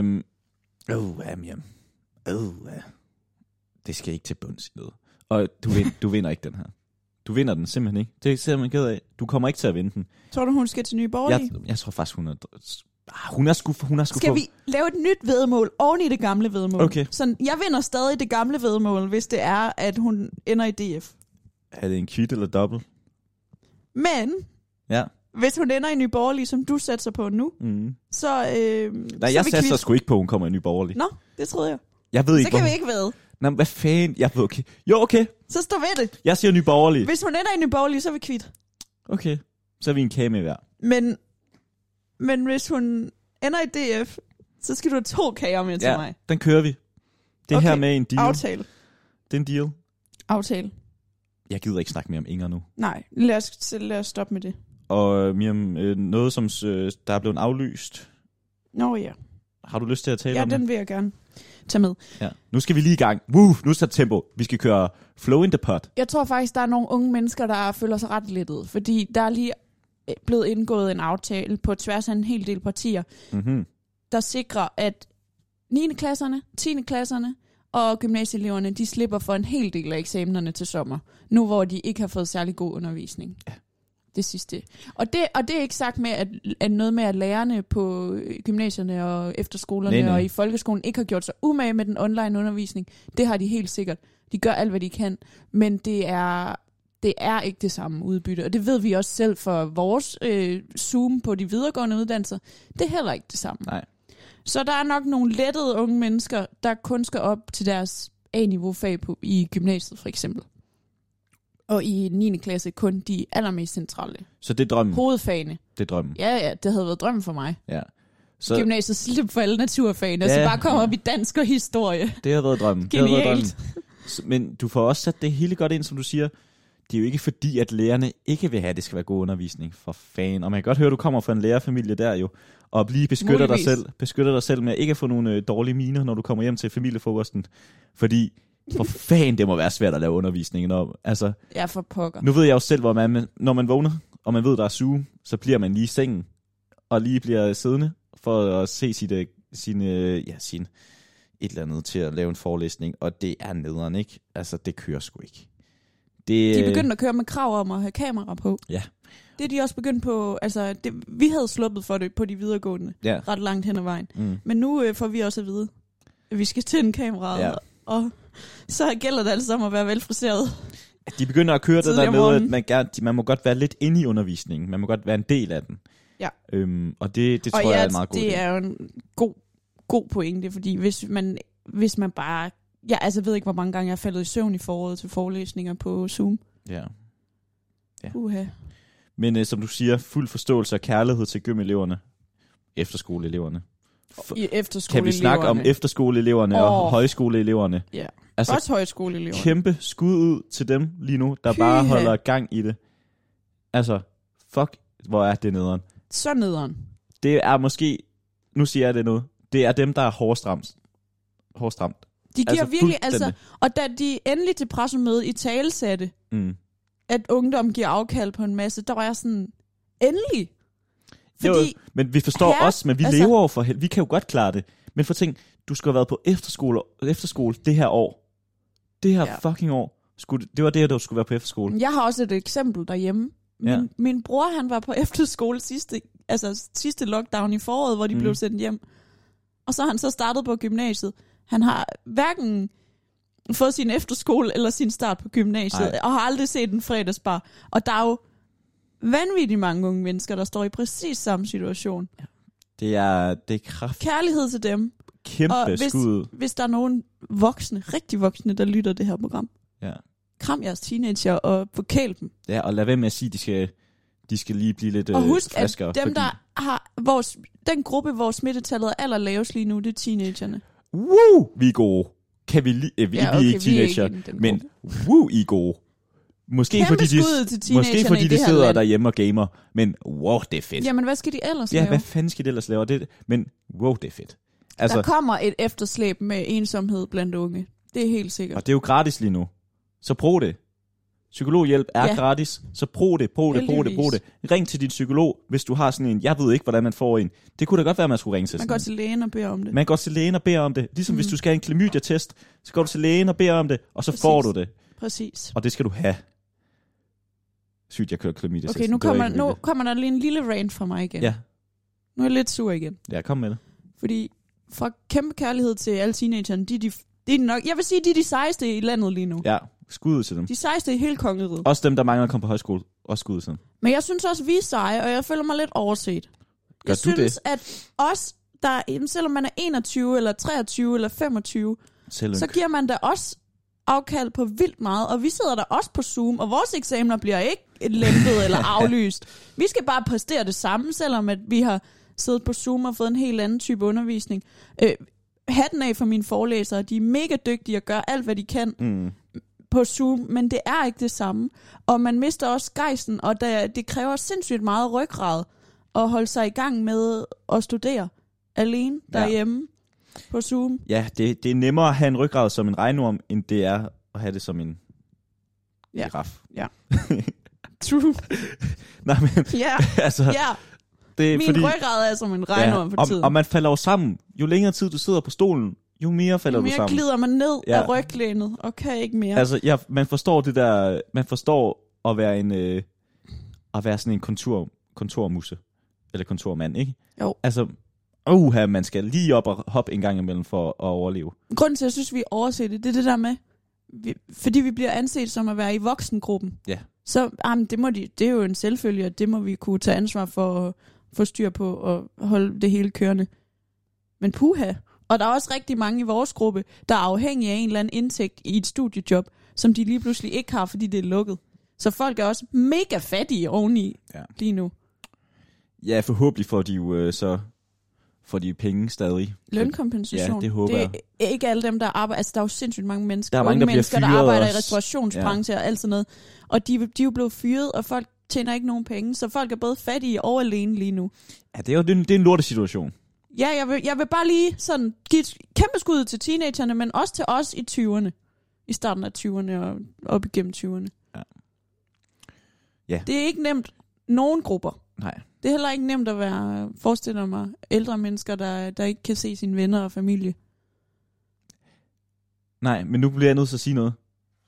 det skal ikke til bunds i noget. Og du vinder ikke den her. Du vinder den simpelthen ikke. Det er simpelthen ked af. Du kommer ikke til at vinde den. Tror du, hun skal til Nye Borgerlige? Jeg tror faktisk, hun er sgu Skal vi lave et nyt væddemål oven i det gamle væddemål? Okay. Så jeg vinder stadig det gamle væddemål, hvis det er, at hun ender i DF. Er det en kvit eller dobbelt? Men hvis hun ender i Nye Borgerlige, som du satser på nu, så nej, jeg satser sgu ikke på, at hun kommer i Nye Borgerlige. Nå, det troede jeg. Jeg ved ikke, så kan vi ikke væde. Nå, hvad fanden? Jeg ved okay. Jo, okay. Så stå ved det. Jeg siger Nye Borgerlige. Hvis hun ender i Nye Borgerlige, så er vi kvit. Okay. Så er vi en kage med hver. Men hvis hun ender i DF, så skal du have 2 kager med til mig. Den kører vi. Det okay. Her med en deal. Aftale. Det er en deal. Aftale. Jeg gider ikke snakke mere om Inger nu. Nej, lad os stoppe med det. Og Miriam, noget som der er blevet aflyst. Nå ja. Har du lyst til at tale om det? Ja, den vil jeg gerne tage med. Ja. Nu skal vi lige i gang. Nu er tempo. Vi skal køre flow in the pot. Jeg tror faktisk, der er nogle unge mennesker, der føler sig ret lettet. Fordi der er lige blevet indgået en aftale på tværs af en hel del partier, der sikrer, at 9. klasserne, 10. klasserne og gymnasieeleverne, de slipper for en hel del af eksamenerne til sommer. Nu hvor de ikke har fået særlig god undervisning. Ja. det sidste. Og det er ikke sagt med, at noget med, at lærerne på gymnasierne og efterskolerne og i folkeskolen ikke har gjort sig umage med den online undervisning. Det har de helt sikkert. De gør alt, hvad de kan. Men det er ikke det samme udbytte. Og det ved vi også selv for vores Zoom på de videregående uddannelser. Det er heller ikke det samme. Nej. Så der er nok nogle lettede unge mennesker, der kun skal op til deres A-niveau-fag i gymnasiet, for eksempel. Og i 9. klasse kun de allermest centrale. Så det er drømmen? Hovedfagene. Det er drømmen? Ja, det havde været drømmen for mig. Ja. Så gymnasiet slip for alle naturfagene, og så bare komme op i dansk og historie. Det har været drømmen. Genialt. Men du får også sat det hele godt ind, som du siger. Det er jo ikke fordi, at lærerne ikke vil have, at det skal være god undervisning. For fan. Og man kan godt høre, at du kommer fra en lærerfamilie der jo. Og beskytter dig selv med at ikke at få nogle dårlige miner, når du kommer hjem til familiefrokosten. Fordi for fan, det må være svært at lave undervisningen om. Altså, ja, for pokker. Nu ved jeg jo selv, hvor når man vågner, og man ved, der er Zoom, så bliver man lige i sengen. Og lige bliver siddende for at se sin et eller andet til at lave en forelæsning. Og det er nederen, ikke? Altså, det kører sgu ikke. De er begyndt at køre med krav om at have kamera på. Ja. Det er de også begyndt på. Altså, vi havde sluppet for det på de videregående ret langt hen ad vejen. Men nu får vi også at vide, at vi skal tænde kameraet. Og så gælder det altså om at være velfriseret. De begynder at køre det der med, at man må godt være lidt inde i undervisningen. Man må godt være en del af den. Ja. Og det tror jeg er en meget god idé. Det er jo en god pointe, fordi hvis man bare... Jeg ved ikke, hvor mange gange jeg er faldet i søvn i foråret til forelæsninger på Zoom. Ja. Uha. Men som du siger, fuld forståelse og kærlighed til gym-eleverne. Efterskoleeleverne. Kan vi snakke om efterskoleeleverne og højskoleeleverne? Ja, altså, også højskoleeleverne. Kæmpe skud ud til dem lige nu, der bare holder gang i det. Altså, fuck, hvor er det nederen. Så nederen. Det er måske, nu siger jeg det nu, det er dem, der er hårdstramt. De giver virkelig, og da de endelig til pressemødet i talesatte, at ungdom giver afkald på en masse, der var jeg sådan, endelig. Fordi, jo, men vi forstår også, men vi lever jo for vi kan jo godt klare det. Men for tænk, du skulle have været på efterskole det her år. Det her fucking år. Det var det, der skulle være på efterskole. Jeg har også et eksempel derhjemme. Min bror, han var på efterskole sidste lockdown i foråret, hvor de blev sendt hjem. Og så har han så startet på gymnasiet. Han har hverken fået sin efterskole eller sin start på gymnasiet, og har aldrig set en fredagsbar. Og der er jo vanvittigt mange unge mennesker, der står i præcis samme situation. Ja. Det er kraft. Kærlighed til dem. Kæmpe skud. Hvis der er nogen voksne, rigtig voksne, der lytter det her program. Ja. Kram jeres teenager og forkæl dem. Ja, og lad være med at sige, at de skal lige blive lidt og husk, friskere. Og husk, at dem, der har den gruppe, hvor smittetallet er allerlavest lige nu, det er teenagerne. Woo, vi er gode. Kan vi lige... vi er ikke teenager, men I er gode. Måske fordi de sidder derhjemme og gamer, men wow, det er fedt. Jamen, hvad skal de ellers lave? Ja, hvad fanden skal de ellers lave? Men wow, det er fedt. Altså, der kommer et efterslæb med ensomhed blandt unge. Det er helt sikkert. Og det er jo gratis lige nu. Så prøv det. Psykologhjælp er gratis, så prøv det. Ring til din psykolog, hvis du har sådan en, jeg ved ikke, hvordan man får en. Det kunne da godt være, man skulle ringe til. Man går til lægen og beder om det. Man går til lægen og beder om det. Ligesom hvis du skal have en klamydia-test, så går du til lægen og beder om det, og så får du det. Præcis. Og det skal du have. Sygt, jeg kører klamydia-test. Okay, nu kommer der lige en lille rant fra mig igen. Ja. Nu er jeg lidt sur igen. Ja, kom med det. Fordi fra kæmpe kærlighed til alle teenagerne, de er nok, jeg vil sige, de er de sejeste i landet lige nu. Ja. Skud til dem. De sejeste i hele kongeriget. Også dem, der mangler at komme på højskole. Også skud til dem. Men jeg synes også, vi er seje, og jeg føler mig lidt overset. Gør jeg synes, at os, selvom man er 21, eller 23, eller 25, så giver man da også afkald på vildt meget. Og vi sidder der også på Zoom, og vores eksamener bliver ikke lempet eller aflyst. Vi skal bare præstere det samme, selvom at vi har siddet på Zoom og fået en helt anden type undervisning. Hatten af for mine forelæsere. De er mega dygtige og gør alt, hvad de kan. På Zoom, men det er ikke det samme. Og man mister også gejsten, og det kræver sindssygt meget ryggrad at holde sig i gang med at studere alene derhjemme på Zoom. Ja, det er nemmere at have en ryggrad som en regnorm, end det er at have det som en giraf. Ja. True. Nej, men altså... Min ryggrad er som en regnorm for tiden. Og man falder jo sammen. Jo længere tid du sidder på stolen, jo mere falder du sammen. Jo mere glider man ned af ryglænet og kan ikke mere. Altså, man forstår det der... Man forstår at være at være sådan en kontormusse. Eller kontormand, ikke? Jo. Altså, man skal lige op og hoppe en gang imellem for at overleve. Grunden til, at jeg synes, vi overser det er det der med, fordi vi bliver anset som at være i voksengruppen. Ja. Så det er jo en selvfølge, og det må vi kunne tage ansvar for at få styr på og holde det hele kørende. Men puha. Og der er også rigtig mange i vores gruppe, der er afhængige af en eller anden indtægt i et studiejob, som de lige pludselig ikke har, fordi det er lukket. Så folk er også mega fattige oveni lige nu. Ja, forhåbentlig får de jo så får de penge stadig. Lønkompensation. Ja, det håber jeg. Det er ikke alle dem, der arbejder. Altså, der er jo sindssygt mange mennesker. Der er mange, der mennesker, bliver der arbejder også i restaurationsbranchen og alt sådan noget. Og de er jo blevet fyret, og folk tjener ikke nogen penge. Så folk er både fattige og alene lige nu. Ja, det er en lortesituation. Ja, jeg vil bare lige sådan give et kæmpe skud til teenagerne, men også til os i 20'erne. I starten af 20'erne og op igennem 20'erne. Ja. Det er ikke nemt nogen grupper. Nej. Det er heller ikke nemt at være, forestiller mig, ældre mennesker, der ikke kan se sine venner og familie. Nej, men nu bliver jeg nødt til at sige noget.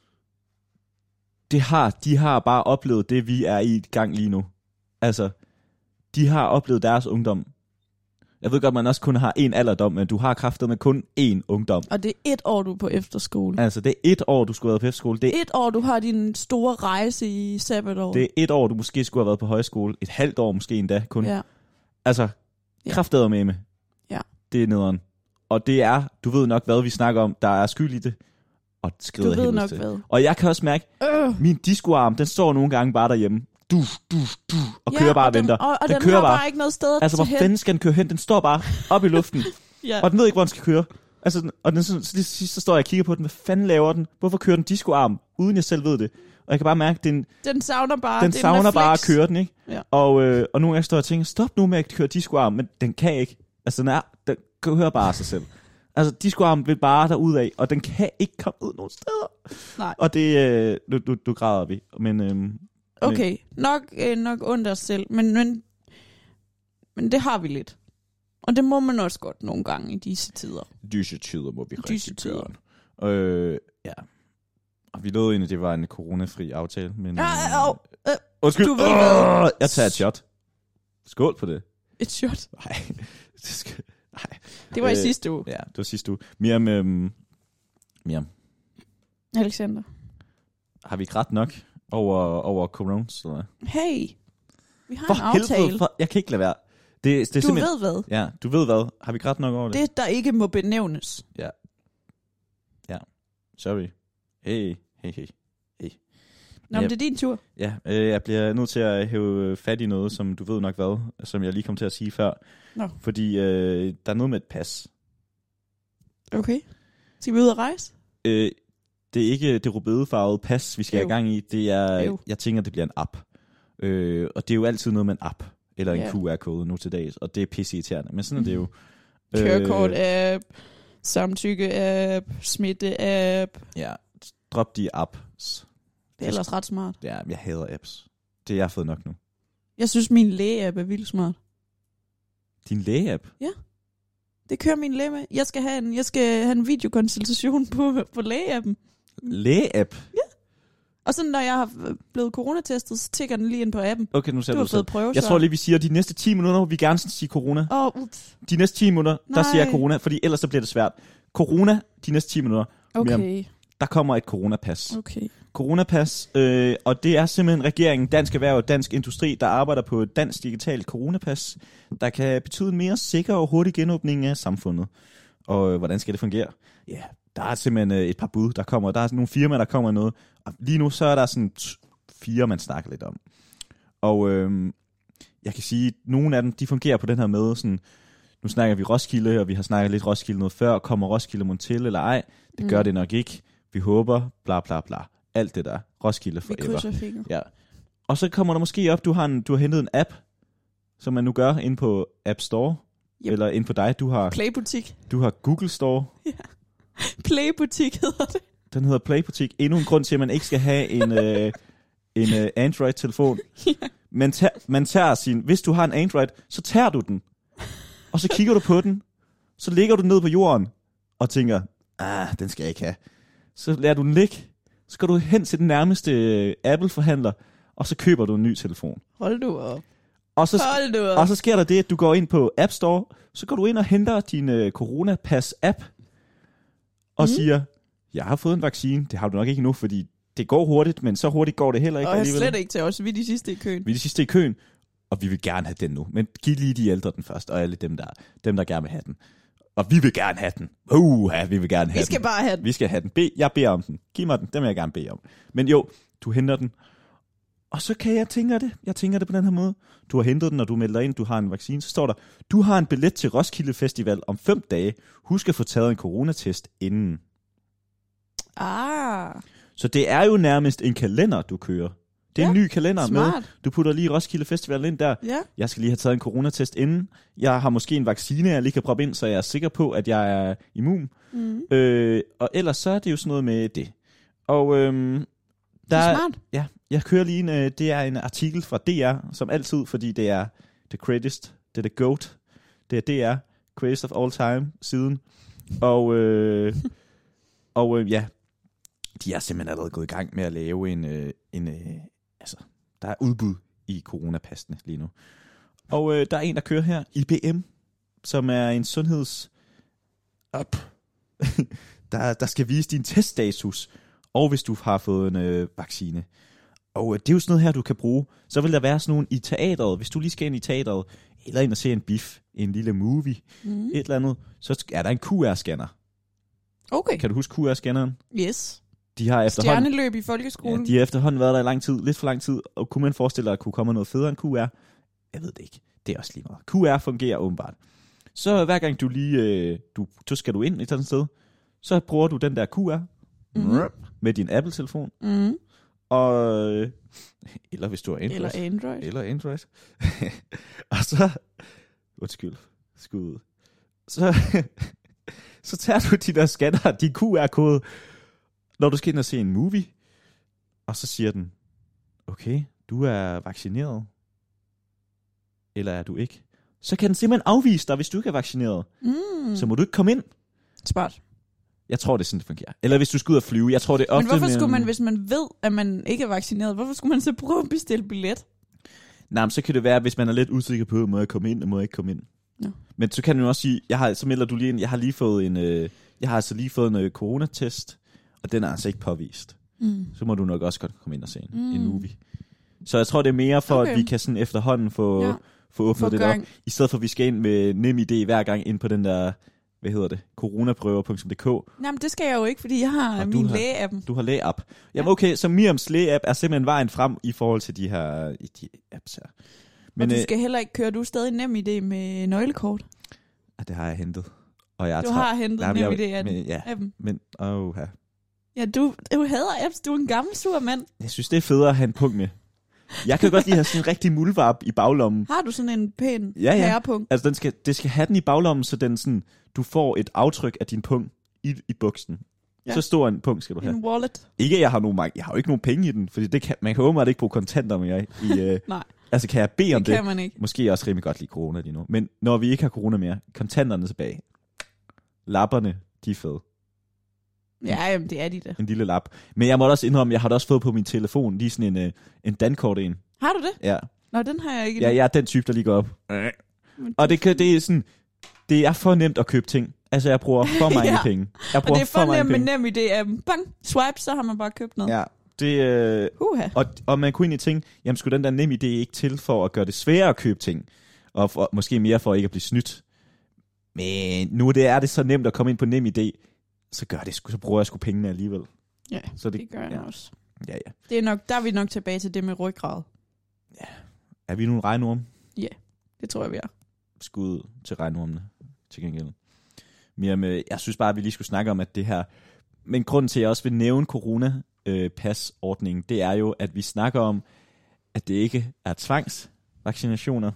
De har bare oplevet det, vi er i gang lige nu. Altså, de har oplevet deres ungdom. Jeg ved godt, man også kun har én alderdom, men du har kraftet med kun én ungdom. Og det er 1 år, du er på efterskole. Altså, det er 1 år, du skulle have været på efterskole. Det er 1 år, du har din store rejse i sabbatår. Det er 1 år, du måske skulle have været på højskole. 1,5 år måske endda kun. Ja. Altså, krafteddermame. Ja. Det er nederen. Og det er, du ved nok, hvad vi snakker om, der er skyld i det. Og det skrider du ved nok til. hvad. Og jeg kan også mærke, min discoarm, den står nogle gange bare derhjemme. Og kører bare og venter. Og den kører bare ikke noget sted altså, hvor fanden skal den køre hen? Den står bare op i luften. Ja. Og den ved ikke, hvor den skal køre. Altså, og den, så står jeg og kigger på den. Hvad fanden laver den? Hvorfor kører den discoarm, uden jeg selv ved det? Og jeg kan bare mærke, den savner bare. Den savner bare at køre den, ikke? Ja. Og nogle gange står jeg og tænker, stop nu med at køre discoarm, men den kan ikke. Altså, den kører bare sig selv. Altså, discoarmen vil bare derudad, og den kan ikke komme ud nogen steder. Nej. Og det, du græder vi. Men, okay, nok ondt os selv, men det har vi lidt. Og det må man også godt nogle gange i disse tider. Disse tider må vi rigtig gøre. Ja. Og vi lovede egentlig, at det var en coronafri aftale, men... undskyld, du ved hvad? Jeg tager et shot. Skål på det. Et shot? Nej, det var i sidste uge. Ja, det var sidste uge. Miriam. Alexander. Har vi grædt nok over corona? Hey, vi har for en aftale. Helvede, jeg kan ikke lade være. Det du ved hvad? Ja, du ved hvad. Har vi grædt nok over det? Det, der ikke må benævnes. Ja. Sorry. Hey. Nå, men det er din tur. Ja, jeg bliver nødt til at hæve fat i noget, som du ved nok hvad, som jeg lige kom til at sige før. Nå. Fordi der er noget med et pas. Okay. Skal vi ud og rejse? Det er ikke det rødbedefarvede pas, vi skal have i gang i. Det er, jeg tænker, det bliver en app. Og det er jo altid noget med en app. Eller en QR-kode nu til dags. Og det er pisseirriterende. Men sådan er det jo. Kørekort-app, samtykke-app, smitte-app. Ja, drop de apps. Det er ellers ret smart. Ja, jeg hader apps. Det jeg har fået nok nu. Jeg synes, min læge-app er vildt smart. Din læge-app? Ja. Det kører min læge med. Jeg skal have en videokonsultation på læge-appen. Læge-app? Ja. Og så når jeg har blevet coronatestet, så tækker den lige ind på appen. Okay, nu ser du fået prøvesvar. Jeg tror lige, vi siger, at de næste 10 minutter, vi gerne skal sige corona. Ups. De næste 10 minutter, der siger jeg corona, fordi ellers så bliver det svært. Corona, de næste 10 minutter. Okay. Der kommer et coronapas. Okay. Coronapas, og det er simpelthen regeringen, Dansk Erhverv og Dansk Industri, der arbejder på et dansk digitalt coronapas, der kan betyde en mere sikker og hurtig genåbning af samfundet. Og hvordan skal det fungere? Ja, der er simpelthen et par bud, der kommer. Der er nogle firmaer, der kommer noget. Og lige nu så er der sådan 4, man snakker lidt om. Og jeg kan sige, at nogle af dem, de fungerer på den her måde. Sådan, nu snakker vi Roskilde, og vi har snakket lidt Roskilde noget før. Kommer Roskilde mon til eller ej? Det gør det nok ikke. Vi håber, bla bla bla. Alt det der. Roskilde forever. Vi krydser fingre. Ja. Og så kommer der måske op, du har hentet en app, som man nu gør inde på App Store. Yep. Eller inde på dig. Du har Playbutik. Du har Google Store. Ja. Playbutik hedder det. Den hedder Playbutik. Endnu en grund til, at man ikke skal have en Android-telefon. Ja. Man tager sin... Hvis du har en Android, så tager du den. Og så kigger du på den. Så ligger du ned på jorden og tænker, den skal jeg ikke have. Så lader du den ligge. Så går du hen til den nærmeste Apple-forhandler, og så køber du en ny telefon. Hold du op. Og så sker der det, at du går ind på App Store, så går du ind og henter din Coronapas-app, og siger, jeg har fået en vaccine. Det har du nok ikke endnu, fordi det går hurtigt, men så hurtigt går det heller ikke. Og jeg slet ikke til os. Vi er de sidste i køen. Og vi vil gerne have den nu. Men giv lige de ældre den først, og alle dem, der gerne vil have den. Og vi vil gerne have den. Vi vil gerne have den. Vi skal bare have den. Vi skal have den. Jeg beder om den. Giv mig den. Den vil jeg gerne bede om. Men jo, du henter den. Og så kan jeg tænke det på den her måde. Du har hentet den, når du melder ind, du har en vaccine. Så står der, du har en billet til Roskilde Festival om 5 dage. Husk at få taget en coronatest inden. Så det er jo nærmest en kalender, du kører. Det er en ny kalender smart. med. Du putter lige Roskilde Festival ind der. Ja. Jeg skal lige have taget en coronatest inden. Jeg har måske en vaccine, jeg lige kan proppe ind, så jeg er sikker på, at jeg er immun. Og ellers så er det jo sådan noget med det. Og det er smart. Ja, jeg kører lige det er en artikel fra DR, som altid, fordi det er the greatest, det er the GOAT. Det er DR, greatest of all time siden. Og ja, de er simpelthen allerede gået i gang med at lave altså, der er udbud i coronapassene lige nu. Og der er en, der kører her, IBM, som er en sundheds der skal vise din teststatus, og hvis du har fået en vaccine. Og det er jo sådan noget her, du kan bruge. Så vil der være sådan nogle i teateret, hvis du lige skal ind i teateret, eller ind og se en biff, en lille movie, et eller andet, så er der en QR-scanner. Okay. Kan du huske QR-scanneren? Yes. De har efterhånden stjerneløb i folkeskolen. Ja, de har efterhånden været der i lang tid, lidt for lang tid, og kunne man forestille dig, at kunne komme noget federe end QR? Jeg ved det ikke. Det er også lige meget. QR fungerer åbenbart. Så hver gang du lige, så skal du ind et andet sted, så bruger du den der QR med din Apple-telefon. Og eller hvis du har Android. Eller Android. Og så så tager du de der scanner, din QR-kode, når du skal ind og se en movie, og så siger den, okay, du er vaccineret, eller er du ikke? Så kan den simpelthen afvise dig, hvis du ikke er vaccineret. Så må du ikke komme ind. Smart. Jeg tror, det er sådan, det fungerer. Eller hvis du skal ud og flyve. Jeg tror, det er ofte. Men hvorfor skulle man, hvis man ved, at man ikke er vaccineret, hvorfor skulle man så prøve at bestille billet? Nej, men så kan det være, hvis man er lidt usikker på, må jeg komme ind, og må jeg ikke komme ind. Ja. Men så kan du også sige, så melder du lige ind, jeg har lige fået en coronatest, og den er altså ikke påvist. Så må du nok også godt komme ind og se en movie. Så jeg tror, det er mere for, at vi kan sådan efterhånden få åbnet det op, i stedet for, at vi skal ind med NemID hver gang ind på den der, coronaprøver.dk. Jamen, det skal jeg jo ikke, fordi jeg har min læge-appen. Du har læge-app. Jamen okay, så Miriams læge-app er simpelthen vejen frem i forhold til de apps her. Men, og du skal heller ikke køre, du er stadig NemID med nøglekort. Ja, det har jeg hentet. Og jeg har hentet NemID-appen. Ja, men Ja, du hader apps, du er en gammel sur mand. Jeg synes, det er federe at have en punkt med. Jeg kan godt lige have sådan en rigtig muldvarp i baglommen. Har du sådan en pæn punkt? Altså, det skal have den i baglommen, så den sådan, du får et aftryk af din punkt i buksen. Ja. Så stor en punkt skal du have. En wallet. Ikke, jeg har jo ikke nogen penge i den, fordi man kan åbenbart ikke bruge kontanter med jeg Nej. Altså, kan jeg bede om det? Det kan man ikke. Måske også rimelig godt lide corona lige nu. Men når vi ikke har corona mere, kontanterne tilbage. Lapperne, de er fede. Ja, jamen, det er de da. En lille lap. Men jeg må også indrømme, jeg har da også fået på min telefon lige sådan en dankort en. Har du det? Ja. Nå, den har jeg ikke. Ja, jeg er den type, der lige går op. Og det er sådan, det er for nemt at købe ting. Altså, jeg bruger for mange penge. Og det er for nemt med NemID. Bang, swipe, så har man bare købt noget. Ja, det... Og man kunne egentlig tænke, jamen skulle den der NemID ikke til for at gøre det sværere at købe ting? Og måske mere for ikke at blive snydt. Men nu er det så nemt at komme ind på NemID, så bruger jeg sgu pengene alligevel. Ja, så det gør jeg også. Ja. Det er nok, der er vi nok tilbage til det med ryggrad. Ja. Er vi nogle regnorm? Ja, det tror jeg, vi er. Skud til regnormene, til gengæld. Jeg synes bare, at vi lige skulle snakke om, at det her... Men grunden til, at jeg også vil nævne corona-pas-ordningen, det er jo, at vi snakker om, at det ikke er tvangsvaccinationer.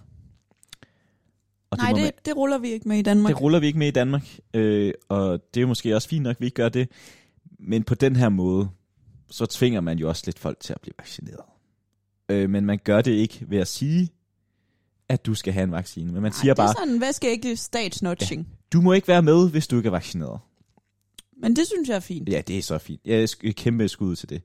Og nej, det ruller vi ikke med i Danmark. Det ruller vi ikke med i Danmark, og det er jo måske også fint nok, at vi ikke gør det. Men på den her måde, så tvinger man jo også lidt folk til at blive vaccineret. Men man gør det ikke ved at sige, at du skal have en vaccine. Men man siger bare... det er sådan, hvad skal ikke statsnotching? Ja, du må ikke være med, hvis du ikke er vaccineret. Men det synes jeg er fint. Ja, det er så fint. Jeg er kæmpe skud til det.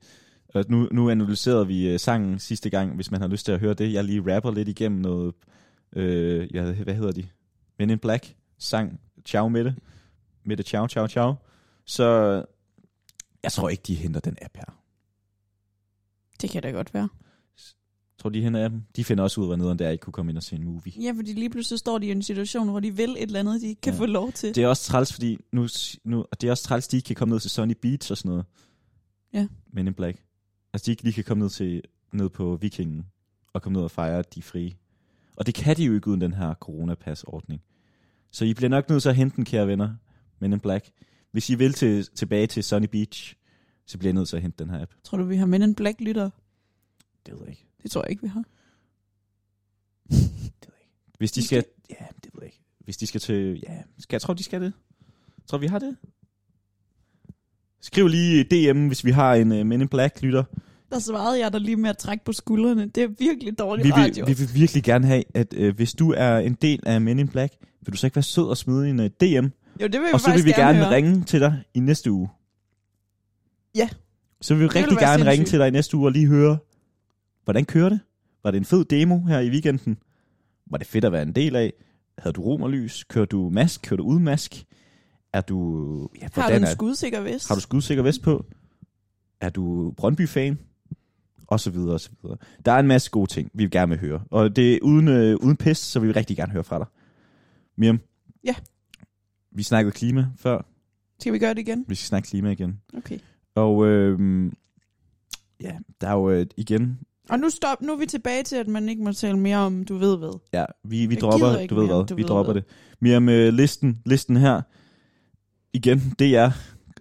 Og nu analyserede vi sangen sidste gang, hvis man har lyst til at høre det. Jeg lige rapper lidt igennem noget, hvad hedder de? Men in Black sang Ciao Mette ciao, ciao, ciao. Så jeg tror ikke, de henter den app her. Det kan da godt være. Jeg tror, de henter appen. De finder også ud, hvor nederen det er, at ikke kunne komme ind og se en movie. Ja, fordi lige pludselig står de i en situation, hvor de vil et eller andet, de ikke kan få lov til. Det er også træls, fordi nu det er også træls, de ikke kan komme ned til Sunny Beach og sådan noget. Ja. Men in Black. Altså, de ikke lige kan komme ned på Vikingen og komme ned og fejre de frie. Og det kan de jo ikke uden den her coronapas-ordning. Så I bliver nok nødt til at hente den, kære venner. Men in Black. Hvis I vil tilbage til Sunny Beach, så bliver I nødt til at hente den her app. Tror du, vi har Men in Black-lytter? Det ved jeg ikke. Det tror jeg ikke, vi har. Det ved jeg ikke. Hvis de skal... Ja, det ved jeg ikke. Hvis de skal til... Ja, jeg tror, de skal det. Jeg tror, vi har det. Skriv lige DM, hvis vi har en Men in Black-lytter. Der svarede jeg der lige med at trække på skuldrene. Det er virkelig dårlig radio. Vi vil virkelig gerne have, at hvis du er en del af Men in Black, vil du så ikke være sød og smide en DM? Jo, det vil vi og så vil vi gerne høre. ringe til dig i næste uge. Ja. Så vil vi rigtig gerne ringe til dig i næste uge og lige høre, hvordan kører det? Var det en fed demo her i weekenden? Var det fedt at være en del af? Havde du romerlys? Kører du mask? Kører du uden mask? Er du... Ja, har du en skudsikker vest? Har du skudsikker vest på? Er du Brøndby-fan? Og så videre, og så videre. Der er en masse gode ting, vi vil gerne vil høre. Og det er uden pis, så vi vil rigtig gerne høre fra dig. Miriam? Ja? Vi snakkede klima før. Skal vi gøre det igen? Vi skal snakke klima igen. Okay. Og ja, der er jo igen... Og nu er vi tilbage til, at man ikke må tale mere om, du ved hvad. Ja, vi dropper, du ved hvad, vi dropper det. Miriam, listen her. Igen, det er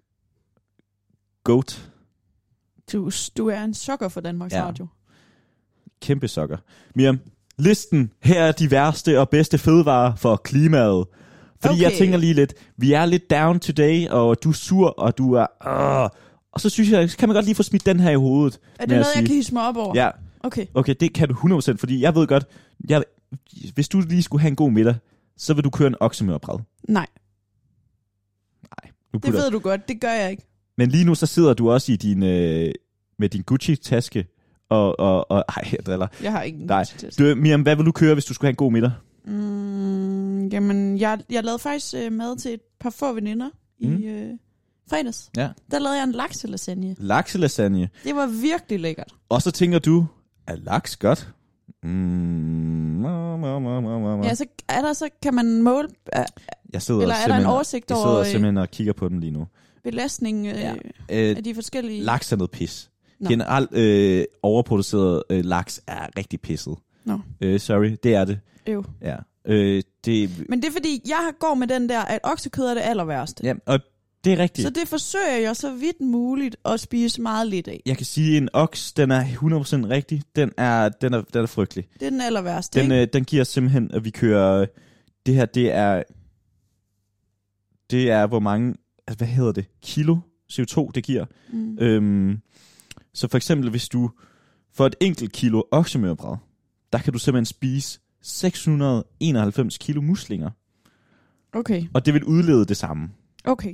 GOAT. Du er en sokker for Danmarks Radio. Kæmpe sokker. Miriam, listen her er de værste og bedste fødevarer for klimaet. Fordi jeg tænker lige lidt, vi er lidt down today, og du er sur, og du er... Og så synes jeg, kan man godt lige få smidt den her i hovedet. Er det noget, jeg kan hisse mig op over? Ja. Okay, det kan du 100%, fordi jeg ved godt, hvis du lige skulle have en god middag, så vil du køre en oksemørbrad. Nej. Det ved du godt, det gør jeg ikke. Men lige nu så sidder du også i med din Gucci-taske, og ej, jeg driller. Jeg har ikke en Gucci-taske. Miriam, hvad vil du køre, hvis du skulle have en god middag? Jamen, jeg lavede faktisk mad til et par få veninder i fredags. Ja. Der lavede jeg en lakselasagne. Lakselasagne? Det var virkelig lækkert. Og så tænker du, er laks godt? Ja, så kan man måle... eller er der en oversigt over... Jeg sidder simpelthen og kigger på den lige nu. Belastning af de forskellige... Laks er noget pis. Generelt overproduceret laks er rigtig pisset. Sorry, det er det. Jo. Ja. Men det er fordi, jeg går med den der, at oksekød er det aller værste. Ja, og det er rigtigt. Så det forsøger jeg så vidt muligt at spise meget lidt af. Jeg kan sige, at en oks, den er 100% rigtig. Den er frygtelig. Det er den aller værste, den giver simpelthen, at vi kører... Det her, det er hvor mange... Altså, hvad hedder det? Kilo CO2, det giver. Så for eksempel, hvis du får et enkelt kilo oksemørbrad, der kan du simpelthen spise 691 kilo muslinger. Okay. Og det vil udlede det samme. Okay.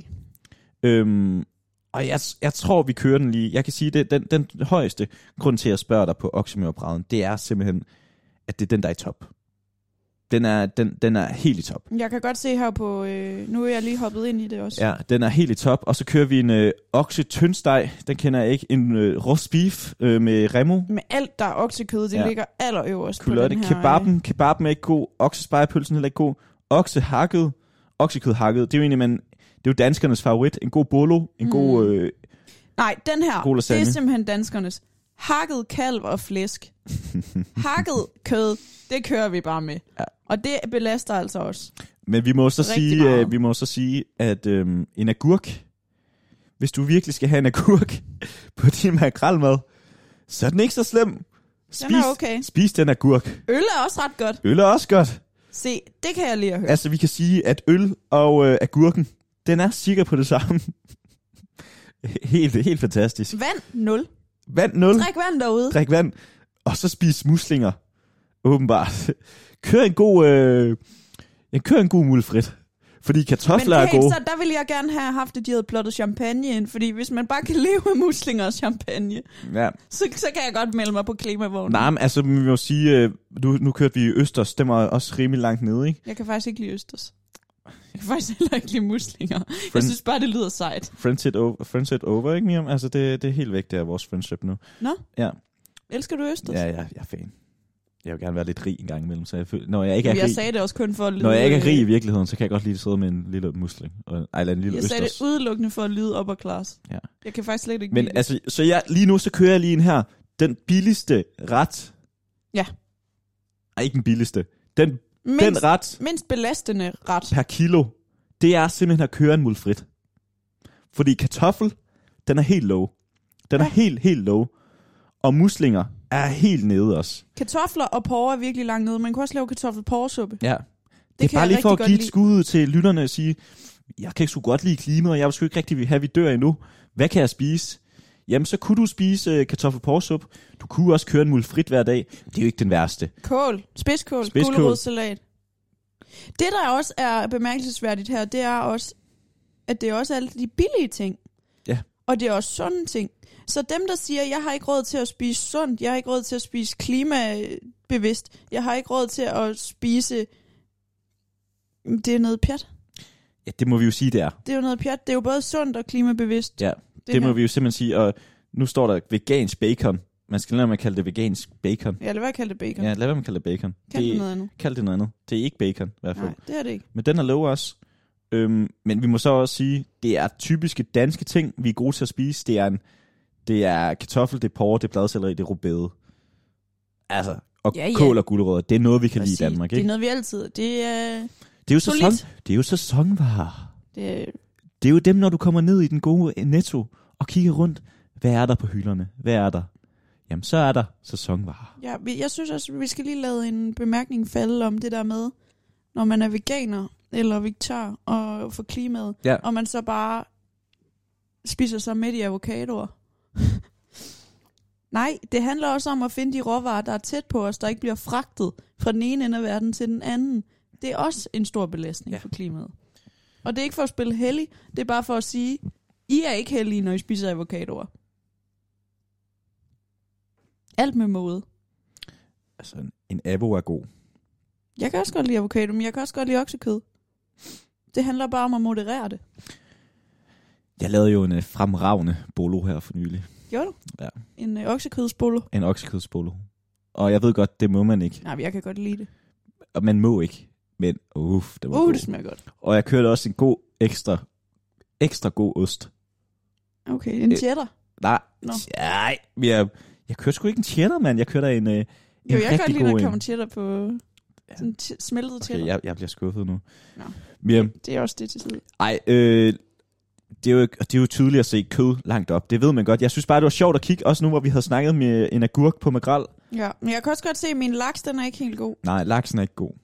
Og jeg tror, vi kører den lige. Jeg kan sige, at den højeste grund til, at jeg spørger dig på oksemørbraden, det er simpelthen, at det er den, der er i top. Den er helt i top. Jeg kan godt se her på... nu er jeg lige hoppet ind i det også. Ja, den er helt i top. Og så kører vi en okse tyndsteg. Den kender jeg ikke. En roast beef med remo. Med alt, der er oksekød, det ligger allerøverst på den her. Kebaben er ikke god. Oksespejepølsen er heller ikke god. Oksekød hakket. Det er jo egentlig, det er jo danskernes favorit. En god bolo. En god... Nej, den her, det er simpelthen danskernes. Hakket kalv og flæsk. Hakket kød, det kører vi bare med. Ja. Og det belaster altså også. Men vi må så sige, at en agurk, hvis du virkelig skal have en agurk på din makrelmad, så er den ikke så slem. Spis den agurk. Øl er også ret godt. Øl er også godt. Se, det kan jeg lige have hørt. Altså, vi kan sige, at øl og agurken, den er sikker på det samme. helt fantastisk. Vand 0. Vand 0. Drik vand derude. Drik vand. Og så spis muslinger. Åbenbart. Kør en god mulfrit. Fordi kartofler er gode. Så der ville jeg gerne have haft, at de havde plottet champagne ind, fordi hvis man bare kan leve af muslinger og champagne, så kan jeg godt melde mig på klimavognen. Nej, men altså, vi må sige, nu kørte vi i Østers, det var også rimelig langt nede, ikke? Jeg kan faktisk ikke lide Østers. Jeg kan faktisk heller ikke lide muslinger. Jeg synes bare, det lyder sejt. Friendship over, ikke, Miriam? Altså, det er helt væk, det er vores friendship nu. Nå? Ja. Elsker du Østers? Ja, jeg er fan. Jeg vil gerne være lidt rig en gang imellem, så jeg føler, når jeg ikke er rig... Jeg sagde det også kun for at lyde... Når jeg ikke er rig i virkeligheden, så kan jeg godt lide at sidde med en lille musling. Eller en lille jeg Østers. sagde det udelukkende for at lyde upper class. Ja. Jeg kan faktisk slet ikke men lide altså, så lige nu, så kører jeg lige en her. Den billigste ret... Ja. Ej, ikke den billigste. Den ret... Mindst belastende ret. Per kilo, det er simpelthen at køre en mulfrit. Fordi kartoffel, den er helt low. Den er helt low. Og muslinger er helt nede også. Kartofler og porre er virkelig langt nede. Man kan også lave kartoffelporresuppe. Ja. Det er bare lige for at give et skud til lytterne og sige, jeg kan ikke så godt lide klimaet, og jeg vil sgu ikke rigtig have, vi dør endnu. Hvad kan jeg spise? Jamen, så kunne du spise kartoffelporresuppe. Du kunne også køre en mulfrit hver dag. Det er jo ikke den værste. Kål. Spidskål. Gulerodssalat. Det, der også er bemærkelsesværdigt her, det er også, at det er også alle de billige ting. Ja. Og det er også sunde ting. Så dem, der siger, jeg har ikke råd til at spise sundt, jeg har ikke råd til at spise klimabevidst, jeg har ikke råd til at spise... Det er noget pjat. Ja, det må vi jo sige, det er. Det er jo noget pjat. Det er jo både sundt og klimabevidst. Ja, det må vi jo simpelthen sige. Og nu står der vegansk bacon. Man skal lade med at kalde det vegansk bacon. Ja, lad være med at kalde det bacon. Ja, lad være med at kalde det bacon. Kald det noget andet. Kald det noget andet. Det er ikke bacon, i hvert fald. Nej, det er det ikke. Men den er low også. Men vi må så også sige, det er typiske danske ting, vi er gode til at spise. Det er kartoffel, det er porre, det er bladselleri, det er rødbede. Altså, og kål og gulerødder. Det er noget, vi kan lide i Danmark, ikke? Det er noget, vi altid... Det er jo sæsonvarer. Det er jo dem, når du kommer ned i den gode Netto og kigger rundt. Hvad er der på hylderne? Hvad er der? Jamen, så er der sæsonvarer. Ja, jeg synes også, vi skal lige lade en bemærkning falde om det der med, når man er veganer eller vegetar og for klimaet, og man så bare spiser sig midt i avocadoer. Nej, det handler også om at finde de råvarer, der er tæt på os, der ikke bliver fragtet fra den ene ende af verden til den anden. Det er også en stor belastning for klimaet. Og det er ikke for at spille hellig, det er bare for at sige, I er ikke heldige, når I spiser avocadoer. Alt med måde. Altså, en avo er god. Jeg kan også godt lide avocado, men jeg kan også godt lide oksekød. Det handler bare om at moderere det. Jeg lavede jo en fremragende bolo her for nylig. Gjorde du? Ja. En oksekødsbolo? En oksekødsbolo. Og jeg ved godt, det må man ikke. Nej, jeg kan godt lide det. Og man må ikke. Men det var god. Det smager godt. Og jeg kørte også en god, ekstra god ost. Okay, en cheddar? Nej, jeg kørte sgu ikke en cheddar, mand. Jeg kørte en rigtig god en. Jo, jeg kan godt lide, når der kommer cheddar på sådan smeltet cheddar. Okay, jeg bliver skuffet nu. Nå. Men, det er også det til side. Ej, det er jo tydeligt at se kød langt op. Det ved man godt. Jeg synes bare, det var sjovt at kigge, også nu, hvor vi havde snakket med en agurk på makrel. Ja, men jeg kan også godt se, at min laks, den er ikke helt god. Nej, laksen er ikke god.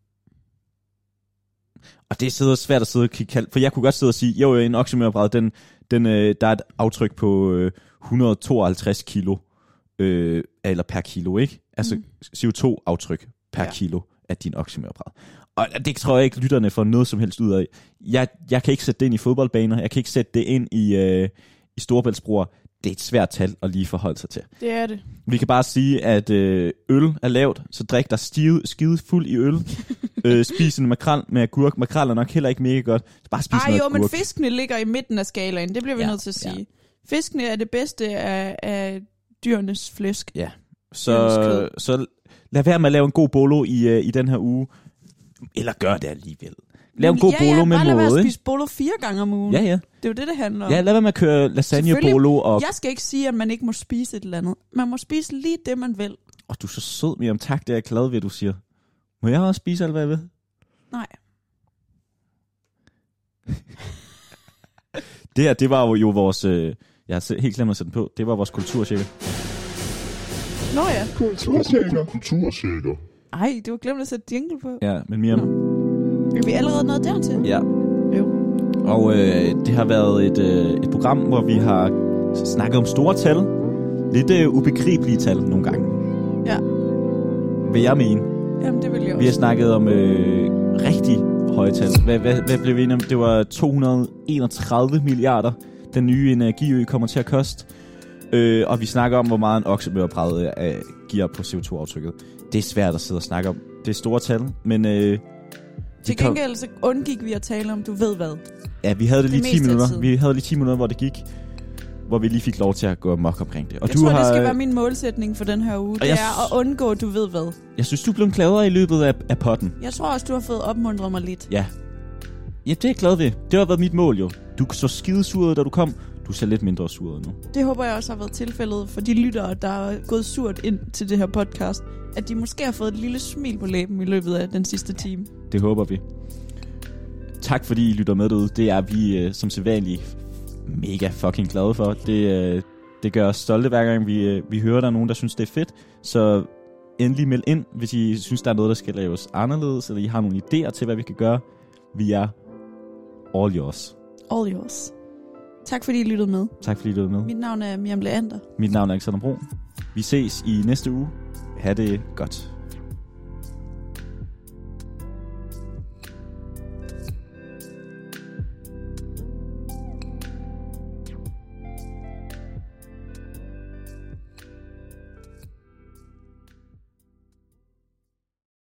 Og det er svært at sidde og kigge kaldt, for jeg kunne godt sidde og sige, jo, en oksemørbræd, der er et aftryk på 152 kilo, eller per kilo, ikke? Altså CO2-aftryk per kilo af din oksemørbræd. Og det tror jeg ikke, lytterne får noget som helst ud af. Jeg kan ikke sætte det ind i fodboldbaner, jeg kan ikke sætte det ind i storebæltsbroer. Det er et svært tal at lige forholde sig til. Det er det. Vi kan bare sige, at øl er lavt, så drik dig skide fuld i øl. Spis en makrel med agurk. Makrel er nok heller ikke mega godt. Så bare spis noget agurk. Men fiskene ligger i midten af skalaen. Det bliver vi nødt til at sige. Ja. Fiskene er det bedste af dyrenes flæsk. Ja, så lad være med at lave en god bolo i den her uge. Eller gør det alligevel. Lav en god bolo med måde. Bare lad være at spise bolo 4 gange om ugen. Ja. Det er jo det handler om. Ja, lad være med at køre lasagne-bolo. Og... Jeg skal ikke sige, at man ikke må spise et eller andet. Man må spise lige det, man vil. Og du er så sød, Miriam. Tak, det er jeg glad ved, at du siger. Må jeg også spise alt, hvad jeg vil? Nej. Det her, det var jo vores... jeg har helt glemt at sætte den på. Det var vores kulturchecker. Nå ja. Kulturchecker. Ej, du har glemt at sætte jingle på. Ja, men Miriam... Er vi allerede nået dertil? Ja. Jo. Og det har været et program, hvor vi har snakket om store tal. Lidt ubegribelige tal nogle gange. Ja. Vil jeg mene. Jamen, det vil jeg også. Vi har snakket om rigtig høje tal. Hvad blev vi enige om? Det var 231 milliarder, den nye energiø kommer til at koste. Og vi snakker om, hvor meget en oksemørbræd giver på CO2-aftrykket. Det er svært at sidde og snakke om. Det er store tal, men... Til gengæld så undgik vi at tale om, du ved hvad. Ja, vi havde det lige 10 minutter. Vi havde lige 10 minutter, hvor det gik. Hvor vi lige fik lov til at gå amok omkring det. Og jeg tror, det skal være min målsætning for den her uge. Det er at undgå, du ved hvad. Jeg synes, du er blevet gladere i løbet af potten. Jeg tror også, du har fået opmuntret mig lidt. Ja. Ja, det er jeg glad ved. Det har været mit mål jo. Du så skidesur, da du kom. Du ser lidt mindre sur nu. Det håber jeg også har været tilfældet for de lyttere, der er gået surt ind til det her podcast. At de måske har fået et lille smil på læben i løbet af den sidste time. Det håber vi. Tak fordi I lytter med derude. Det er vi som sædvanligt mega fucking glade for. Det gør os stolte hver gang vi hører, der er nogen, der synes, det er fedt. Så endelig meld ind, hvis I synes, der er noget, der skal laves anderledes, eller I har nogle idéer til, hvad vi kan gøre. Vi er all yours. All yours. Tak fordi I lyttede med. Tak fordi I lyttede med. Mit navn er Miriam Leander. Mit navn er Alexander Bro. Vi ses i næste uge. Ha' det godt.